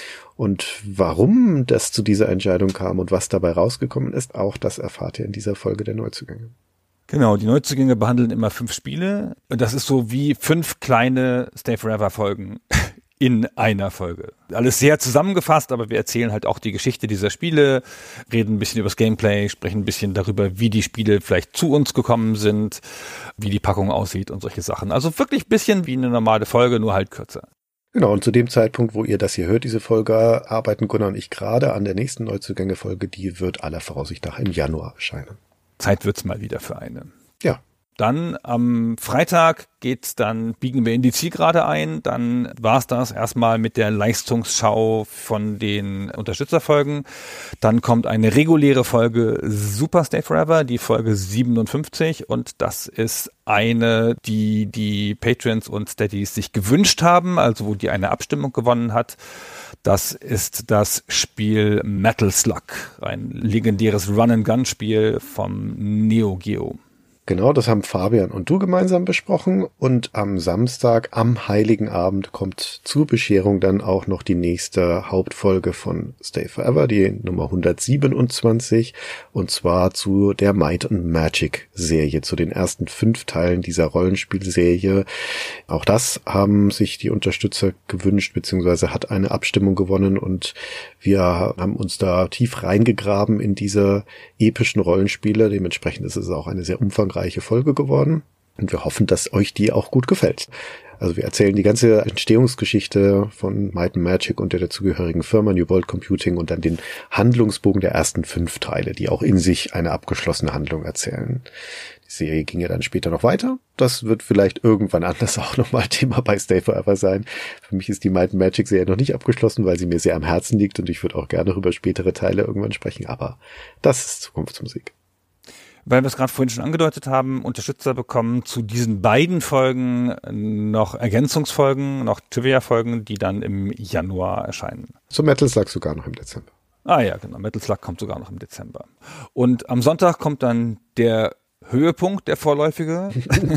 Und warum das zu dieser Entscheidung kam und was dabei rausgekommen ist, auch das erfahrt ihr in dieser Folge der Neuzugänge. Genau, die Neuzugänge behandeln immer fünf Spiele. Und das ist so wie fünf kleine Stay Forever Folgen in einer Folge. Alles sehr zusammengefasst, aber wir erzählen halt auch die Geschichte dieser Spiele, reden ein bisschen über das Gameplay, sprechen ein bisschen darüber, wie die Spiele vielleicht zu uns gekommen sind, wie die Packung aussieht und solche Sachen. Also wirklich ein bisschen wie eine normale Folge, nur halt kürzer. Genau, und zu dem Zeitpunkt, wo ihr das hier hört, diese Folge, arbeiten Gunnar und ich gerade an der nächsten Neuzugänge-Folge. Die wird aller Voraussicht nach im Januar erscheinen. Zeit wird's mal wieder für eine. Ja. Dann am Freitag geht's dann, biegen wir in die Zielgerade ein. Dann war's das erstmal mit der Leistungsschau von den Unterstützerfolgen. Dann kommt eine reguläre Folge Super Stay Forever, die Folge siebenundfünfzig. Und das ist eine, die die Patrons und Steadies sich gewünscht haben, also wo die eine Abstimmung gewonnen hat. Das ist das Spiel Metal Slug, ein legendäres Run-and-Gun-Spiel vom Neo Geo. Genau, das haben Fabian und du gemeinsam besprochen und am Samstag, am Heiligen Abend, kommt zur Bescherung dann auch noch die nächste Hauptfolge von Stay Forever, die Nummer hundertsiebenundzwanzig, und zwar zu der Might and Magic Serie, zu den ersten fünf Teilen dieser Rollenspielserie. Auch das haben sich die Unterstützer gewünscht, beziehungsweise hat eine Abstimmung gewonnen und wir haben uns da tief reingegraben in diese epischen Rollenspiele. Dementsprechend ist es auch eine sehr umfangreiche Folge geworden und wir hoffen, dass euch die auch gut gefällt. Also wir erzählen die ganze Entstehungsgeschichte von Might and Magic und der dazugehörigen Firma New World Computing und dann den Handlungsbogen der ersten fünf Teile, die auch in sich eine abgeschlossene Handlung erzählen. Die Serie ging ja dann später noch weiter. Das wird vielleicht irgendwann anders auch nochmal Thema bei Stay Forever sein. Für mich ist die Might and Magic Serie noch nicht abgeschlossen, weil sie mir sehr am Herzen liegt und ich würde auch gerne über spätere Teile irgendwann sprechen, aber das ist Zukunftsmusik. Weil wir es gerade vorhin schon angedeutet haben, Unterstützer bekommen zu diesen beiden Folgen noch Ergänzungsfolgen, noch Trivia-Folgen, die dann im Januar erscheinen. Zu Metal Slug sogar noch im Dezember. Ah ja, genau. Metal Slug kommt sogar noch im Dezember. Und am Sonntag kommt dann der Höhepunkt, der vorläufige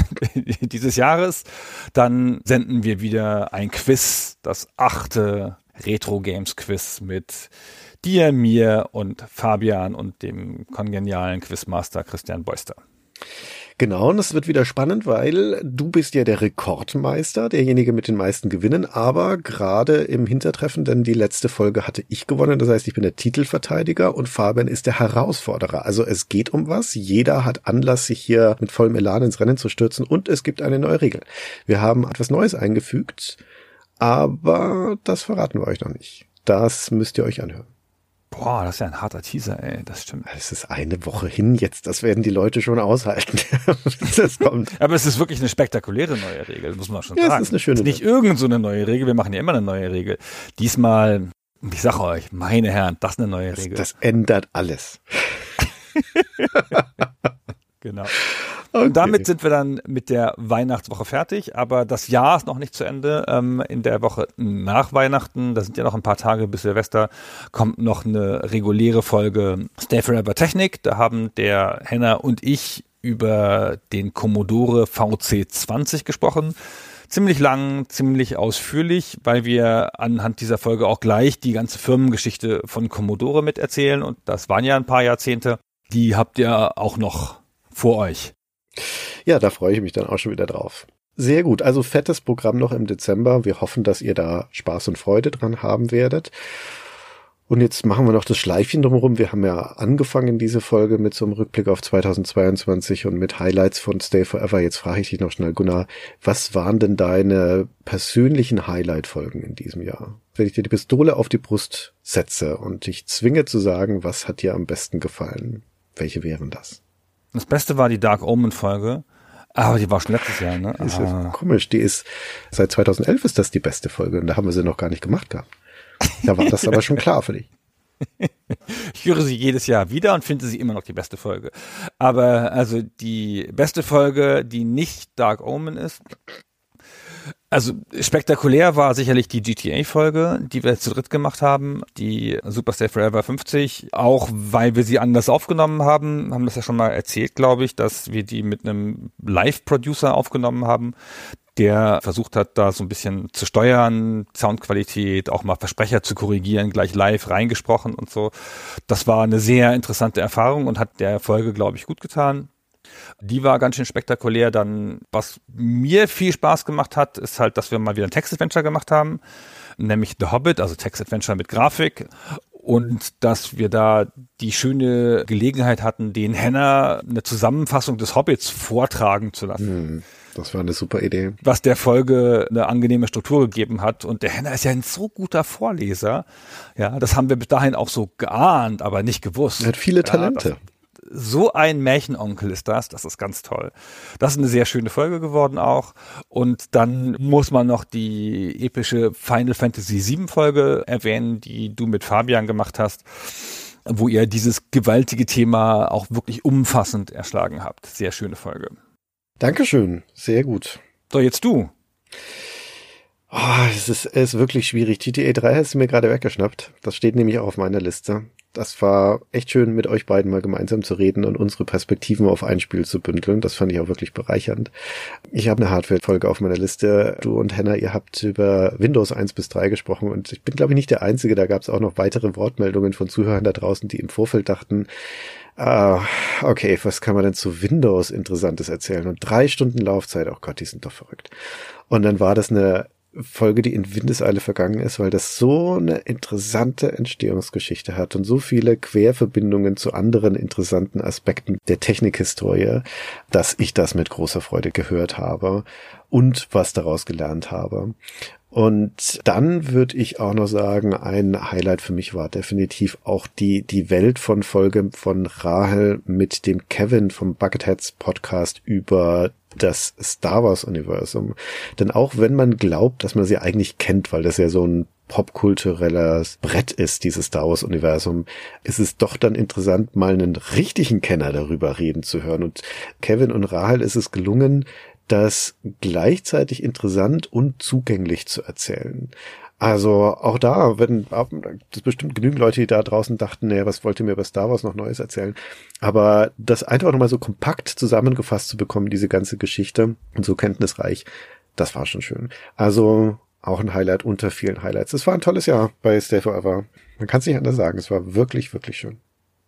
dieses Jahres. Dann senden wir wieder ein Quiz, das achte Retro-Games-Quiz mit dir, mir und Fabian und dem kongenialen Quizmaster Christian Beuster. Genau, und es wird wieder spannend, weil du bist ja der Rekordmeister, derjenige mit den meisten Gewinnen, aber gerade im Hintertreffen, denn die letzte Folge hatte ich gewonnen, das heißt, ich bin der Titelverteidiger und Fabian ist der Herausforderer. Also es geht um was, jeder hat Anlass, sich hier mit vollem Elan ins Rennen zu stürzen und es gibt eine neue Regel. Wir haben etwas Neues eingefügt, aber das verraten wir euch noch nicht. Das müsst ihr euch anhören. Boah, das ist ja ein harter Teaser, ey, das stimmt. Es ist eine Woche hin jetzt, das werden die Leute schon aushalten, bis das kommt. Aber es ist wirklich eine spektakuläre neue Regel, muss man schon ja, sagen. Es ist eine schöne es ist nicht irgend so eine neue Regel, wir machen ja immer eine neue Regel. Diesmal, ich sag euch, meine Herren, das ist eine neue das, Regel. Das ändert alles. Genau. Okay. Und damit sind wir dann mit der Weihnachtswoche fertig, aber das Jahr ist noch nicht zu Ende. Ähm, in der Woche nach Weihnachten, da sind ja noch ein paar Tage bis Silvester, kommt noch eine reguläre Folge Stay Forever Technik. Da haben der Henner und ich über den Commodore V C zwanzig gesprochen. Ziemlich lang, ziemlich ausführlich, weil wir anhand dieser Folge auch gleich die ganze Firmengeschichte von Commodore miterzählen. Und das waren ja ein paar Jahrzehnte. Die habt ihr auch noch vor euch. Ja, da freue ich mich dann auch schon wieder drauf. Sehr gut, also fettes Programm noch im Dezember. Wir hoffen, dass ihr da Spaß und Freude dran haben werdet. Und jetzt machen wir noch das Schleifchen drumherum. Wir haben ja angefangen diese Folge mit so einem Rückblick auf zweitausendzweiundzwanzig und mit Highlights von Stay Forever. Jetzt frage ich dich noch schnell, Gunnar, was waren denn deine persönlichen Highlight-Folgen in diesem Jahr? Wenn ich dir die Pistole auf die Brust setze und dich zwinge zu sagen, was hat dir am besten gefallen? Welche wären das? Das Beste war die Dark Omen-Folge. Aber die war schon letztes Jahr, ne? Ist ah. ja komisch. Die ist, seit zweitausendelf ist das die beste Folge und da haben wir sie noch gar nicht gemacht gehabt. Da war das aber schon klar für dich. Ich höre sie jedes Jahr wieder und finde sie immer noch die beste Folge. Aber also die beste Folge, die nicht Dark Omen ist, also spektakulär war sicherlich die G T A-Folge, die wir zu dritt gemacht haben, die Super Stay Forever fünfzig, auch weil wir sie anders aufgenommen haben, haben das ja schon mal erzählt, glaube ich, dass wir die mit einem Live-Producer aufgenommen haben, der versucht hat, da so ein bisschen zu steuern, Soundqualität, auch mal Versprecher zu korrigieren, gleich live reingesprochen und so. Das war eine sehr interessante Erfahrung und hat der Folge, glaube ich, gut getan. Die war ganz schön spektakulär. Dann, was mir viel Spaß gemacht hat, ist halt, dass wir mal wieder ein Text-Adventure gemacht haben, nämlich The Hobbit, also Text-Adventure mit Grafik. Und dass wir da die schöne Gelegenheit hatten, den Henner eine Zusammenfassung des Hobbits vortragen zu lassen. Das war eine super Idee. Was der Folge eine angenehme Struktur gegeben hat. Und der Henner ist ja ein so guter Vorleser. Ja, das haben wir bis dahin auch so geahnt, aber nicht gewusst. Er hat viele Talente. Ja, so ein Märchenonkel ist das, das ist ganz toll. Das ist eine sehr schöne Folge geworden auch. Und dann muss man noch die epische Final Fantasy sieben Folge erwähnen, die du mit Fabian gemacht hast, wo ihr dieses gewaltige Thema auch wirklich umfassend erschlagen habt. Sehr schöne Folge. Dankeschön, sehr gut. So, jetzt du. Oh, es ist, es ist wirklich schwierig. G T A drei hast du mir gerade weggeschnappt. Das steht nämlich auch auf meiner Liste. Das war echt schön, mit euch beiden mal gemeinsam zu reden und unsere Perspektiven auf ein Spiel zu bündeln. Das fand ich auch wirklich bereichernd. Ich habe eine Hardware-Folge auf meiner Liste. Du und Henner, ihr habt über Windows eins bis drei gesprochen und ich bin, glaube ich, nicht der Einzige. Da gab es auch noch weitere Wortmeldungen von Zuhörern da draußen, die im Vorfeld dachten, ah, okay, was kann man denn zu Windows Interessantes erzählen? Und drei Stunden Laufzeit, oh Gott, die sind doch verrückt. Und dann war das eine Folge, die in Windeseile vergangen ist, weil das so eine interessante Entstehungsgeschichte hat und so viele Querverbindungen zu anderen interessanten Aspekten der Technikhistorie, dass ich das mit großer Freude gehört habe und was daraus gelernt habe. Und dann würde ich auch noch sagen, ein Highlight für mich war definitiv auch die die Welt von Folge von Rahel mit dem Kevin vom Bucketheads Podcast über das Star Wars Universum. Denn auch wenn man glaubt, dass man sie eigentlich kennt, weil das ja so ein popkulturelles Brett ist, dieses Star Wars Universum, ist es doch dann interessant, mal einen richtigen Kenner darüber reden zu hören. Und Kevin und Rahel ist es gelungen, das gleichzeitig interessant und zugänglich zu erzählen. Also auch da, wenn das bestimmt genügend Leute, die da draußen dachten, naja, was wollt ihr mir über Star Wars noch Neues erzählen? Aber das einfach nochmal so kompakt zusammengefasst zu bekommen, diese ganze Geschichte und so kenntnisreich, das war schon schön. Also auch ein Highlight unter vielen Highlights. Es war ein tolles Jahr bei Stay Forever. Man kann es nicht anders sagen. Es war wirklich, wirklich schön.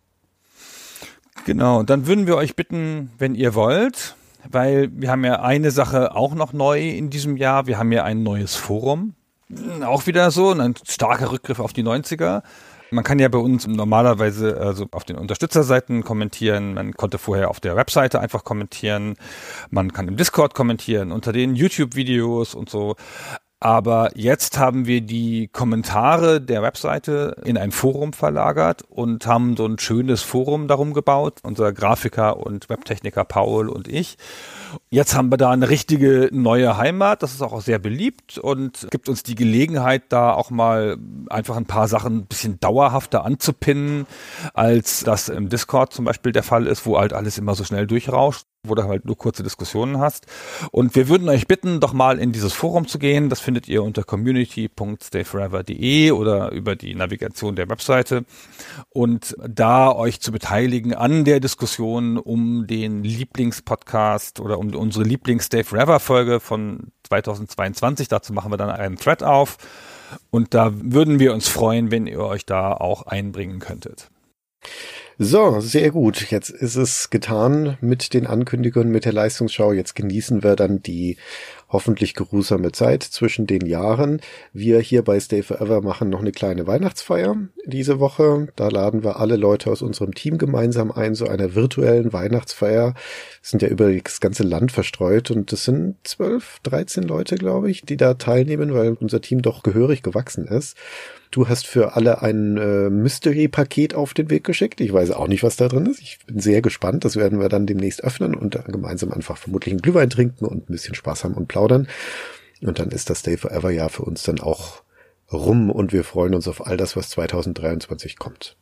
Genau, und dann würden wir euch bitten, wenn ihr wollt, weil wir haben ja eine Sache auch noch neu in diesem Jahr. Wir haben ja ein neues Forum. Auch wieder so, ein starker Rückgriff auf die neunziger. Man kann ja bei uns normalerweise also auf den Unterstützerseiten kommentieren. Man konnte vorher auf der Webseite einfach kommentieren. Man kann im Discord kommentieren, unter den YouTube-Videos und so. Aber jetzt haben wir die Kommentare der Webseite in ein Forum verlagert und haben so ein schönes Forum darum gebaut. Unser Grafiker und Webtechniker Paul und ich. Jetzt haben wir da eine richtige neue Heimat, das ist auch sehr beliebt und gibt uns die Gelegenheit, da auch mal einfach ein paar Sachen ein bisschen dauerhafter anzupinnen, als das im Discord zum Beispiel der Fall ist, wo halt alles immer so schnell durchrauscht, wo du halt nur kurze Diskussionen hast. Und wir würden euch bitten, doch mal in dieses Forum zu gehen. Das findet ihr unter community punkt stay forever punkt de oder über die Navigation der Webseite. Und da euch zu beteiligen an der Diskussion um den Lieblingspodcast oder um unsere Lieblings-Stay Forever-Folge von zweitausendzweiundzwanzig. Dazu machen wir dann einen Thread auf. Und da würden wir uns freuen, wenn ihr euch da auch einbringen könntet. So, sehr gut. Jetzt ist es getan mit den Ankündigungen, mit der Leistungsschau. Jetzt genießen wir dann die hoffentlich geruhsame Zeit zwischen den Jahren. Wir hier bei Stay Forever machen noch eine kleine Weihnachtsfeier diese Woche. Da laden wir alle Leute aus unserem Team gemeinsam ein, so einer virtuellen Weihnachtsfeier. Es sind ja über das ganze Land verstreut und das sind zwölf, dreizehn Leute, glaube ich, die da teilnehmen, weil unser Team doch gehörig gewachsen ist. Du hast für alle ein äh, Mystery-Paket auf den Weg geschickt. Ich weiß auch nicht, was da drin ist. Ich bin sehr gespannt. Das werden wir dann demnächst öffnen und dann gemeinsam einfach vermutlich einen Glühwein trinken und ein bisschen Spaß haben und plaudern. Und dann ist das Stay Forever Jahr für uns dann auch rum und wir freuen uns auf all das, was zweitausenddreiundzwanzig kommt.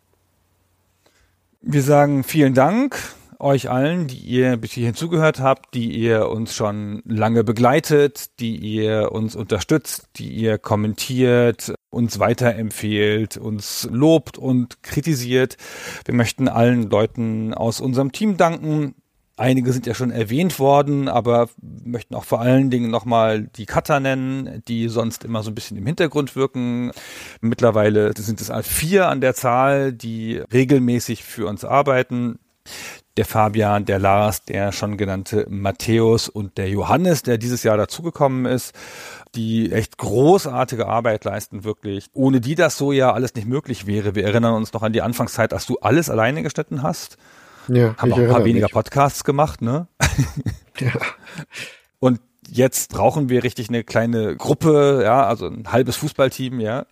Wir sagen vielen Dank euch allen, die ihr bis hierhin zugehört habt, die ihr uns schon lange begleitet, die ihr uns unterstützt, die ihr kommentiert, uns weiterempfehlt, uns lobt und kritisiert. Wir möchten allen Leuten aus unserem Team danken. Einige sind ja schon erwähnt worden, aber möchten auch vor allen Dingen nochmal die Cutter nennen, die sonst immer so ein bisschen im Hintergrund wirken. Mittlerweile sind es vier an der Zahl, die regelmäßig für uns arbeiten. Der Fabian, der Lars, der schon genannte Matthäus und der Johannes, der dieses Jahr dazugekommen ist, die echt großartige Arbeit leisten, wirklich. Ohne die das so ja alles nicht möglich wäre. Wir erinnern uns noch an die Anfangszeit, als du alles alleine geschnitten hast. Ja, haben auch ein paar weniger mich. Podcasts gemacht, ne? Ja. Und jetzt brauchen wir richtig eine kleine Gruppe, ja, also ein halbes Fußballteam, ja,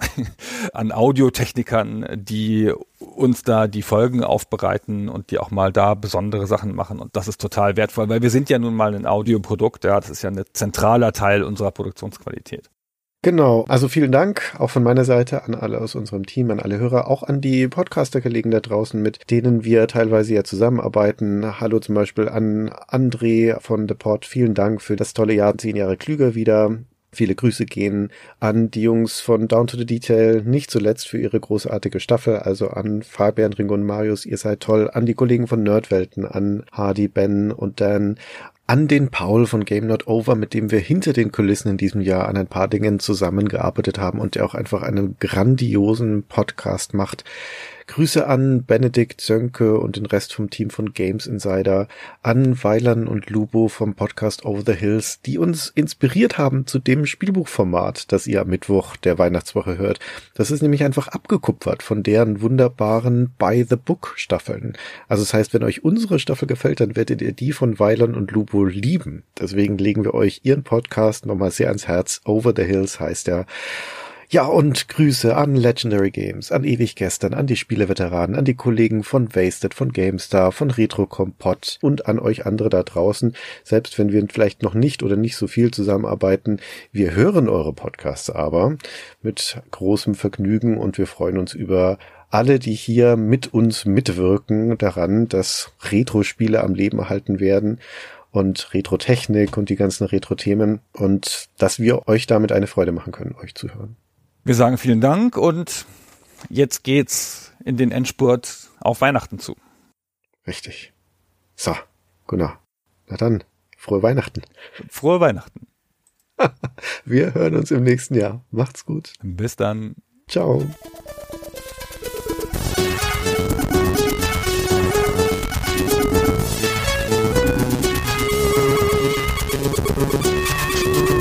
an Audiotechnikern, die uns da die Folgen aufbereiten und die auch mal da besondere Sachen machen. Und das ist total wertvoll, weil wir sind ja nun mal ein Audioprodukt, ja, das ist ja ein zentraler Teil unserer Produktionsqualität. Genau, also vielen Dank auch von meiner Seite an alle aus unserem Team, an alle Hörer, auch an die Podcaster-Kollegen da draußen, mit denen wir teilweise ja zusammenarbeiten. Hallo zum Beispiel an André von The Pod, vielen Dank für das tolle Jahr, zehn Jahre klüger wieder. Viele Grüße gehen an die Jungs von Down to the Detail, nicht zuletzt für ihre großartige Staffel, also an Fabian, Ringo und Marius, ihr seid toll, an die Kollegen von Nerdwelten, an Hardy, Ben und Dan, an den Paul von Game Not Over, mit dem wir hinter den Kulissen in diesem Jahr an ein paar Dingen zusammengearbeitet haben und der auch einfach einen grandiosen Podcast macht. Grüße an Benedikt, Sönke und den Rest vom Team von Games Insider, an Weilan und Lubo vom Podcast Over the Hills, die uns inspiriert haben zu dem Spielbuchformat, das ihr am Mittwoch der Weihnachtswoche hört. Das ist nämlich einfach abgekupfert von deren wunderbaren By the Book Staffeln. Also das heißt, wenn euch unsere Staffel gefällt, dann werdet ihr die von Weilan und Lubo lieben. Deswegen legen wir euch ihren Podcast nochmal sehr ans Herz. Over the Hills heißt er. Ja, und Grüße an Legendary Games, an Ewiggestern, an die Spieleveteranen, an die Kollegen von Wasted, von GameStar, von Retro Kompott und an euch andere da draußen. Selbst wenn wir vielleicht noch nicht oder nicht so viel zusammenarbeiten, wir hören eure Podcasts aber mit großem Vergnügen und wir freuen uns über alle, die hier mit uns mitwirken daran, dass Retro-Spiele am Leben erhalten werden und Retro-Technik und die ganzen Retro-Themen und dass wir euch damit eine Freude machen können, euch zu hören. Wir sagen vielen Dank und jetzt geht's in den Endspurt auf Weihnachten zu. Richtig. So, Gunnar. Na dann, frohe Weihnachten. Frohe Weihnachten. Wir hören uns im nächsten Jahr. Macht's gut. Bis dann. Ciao. Thank you.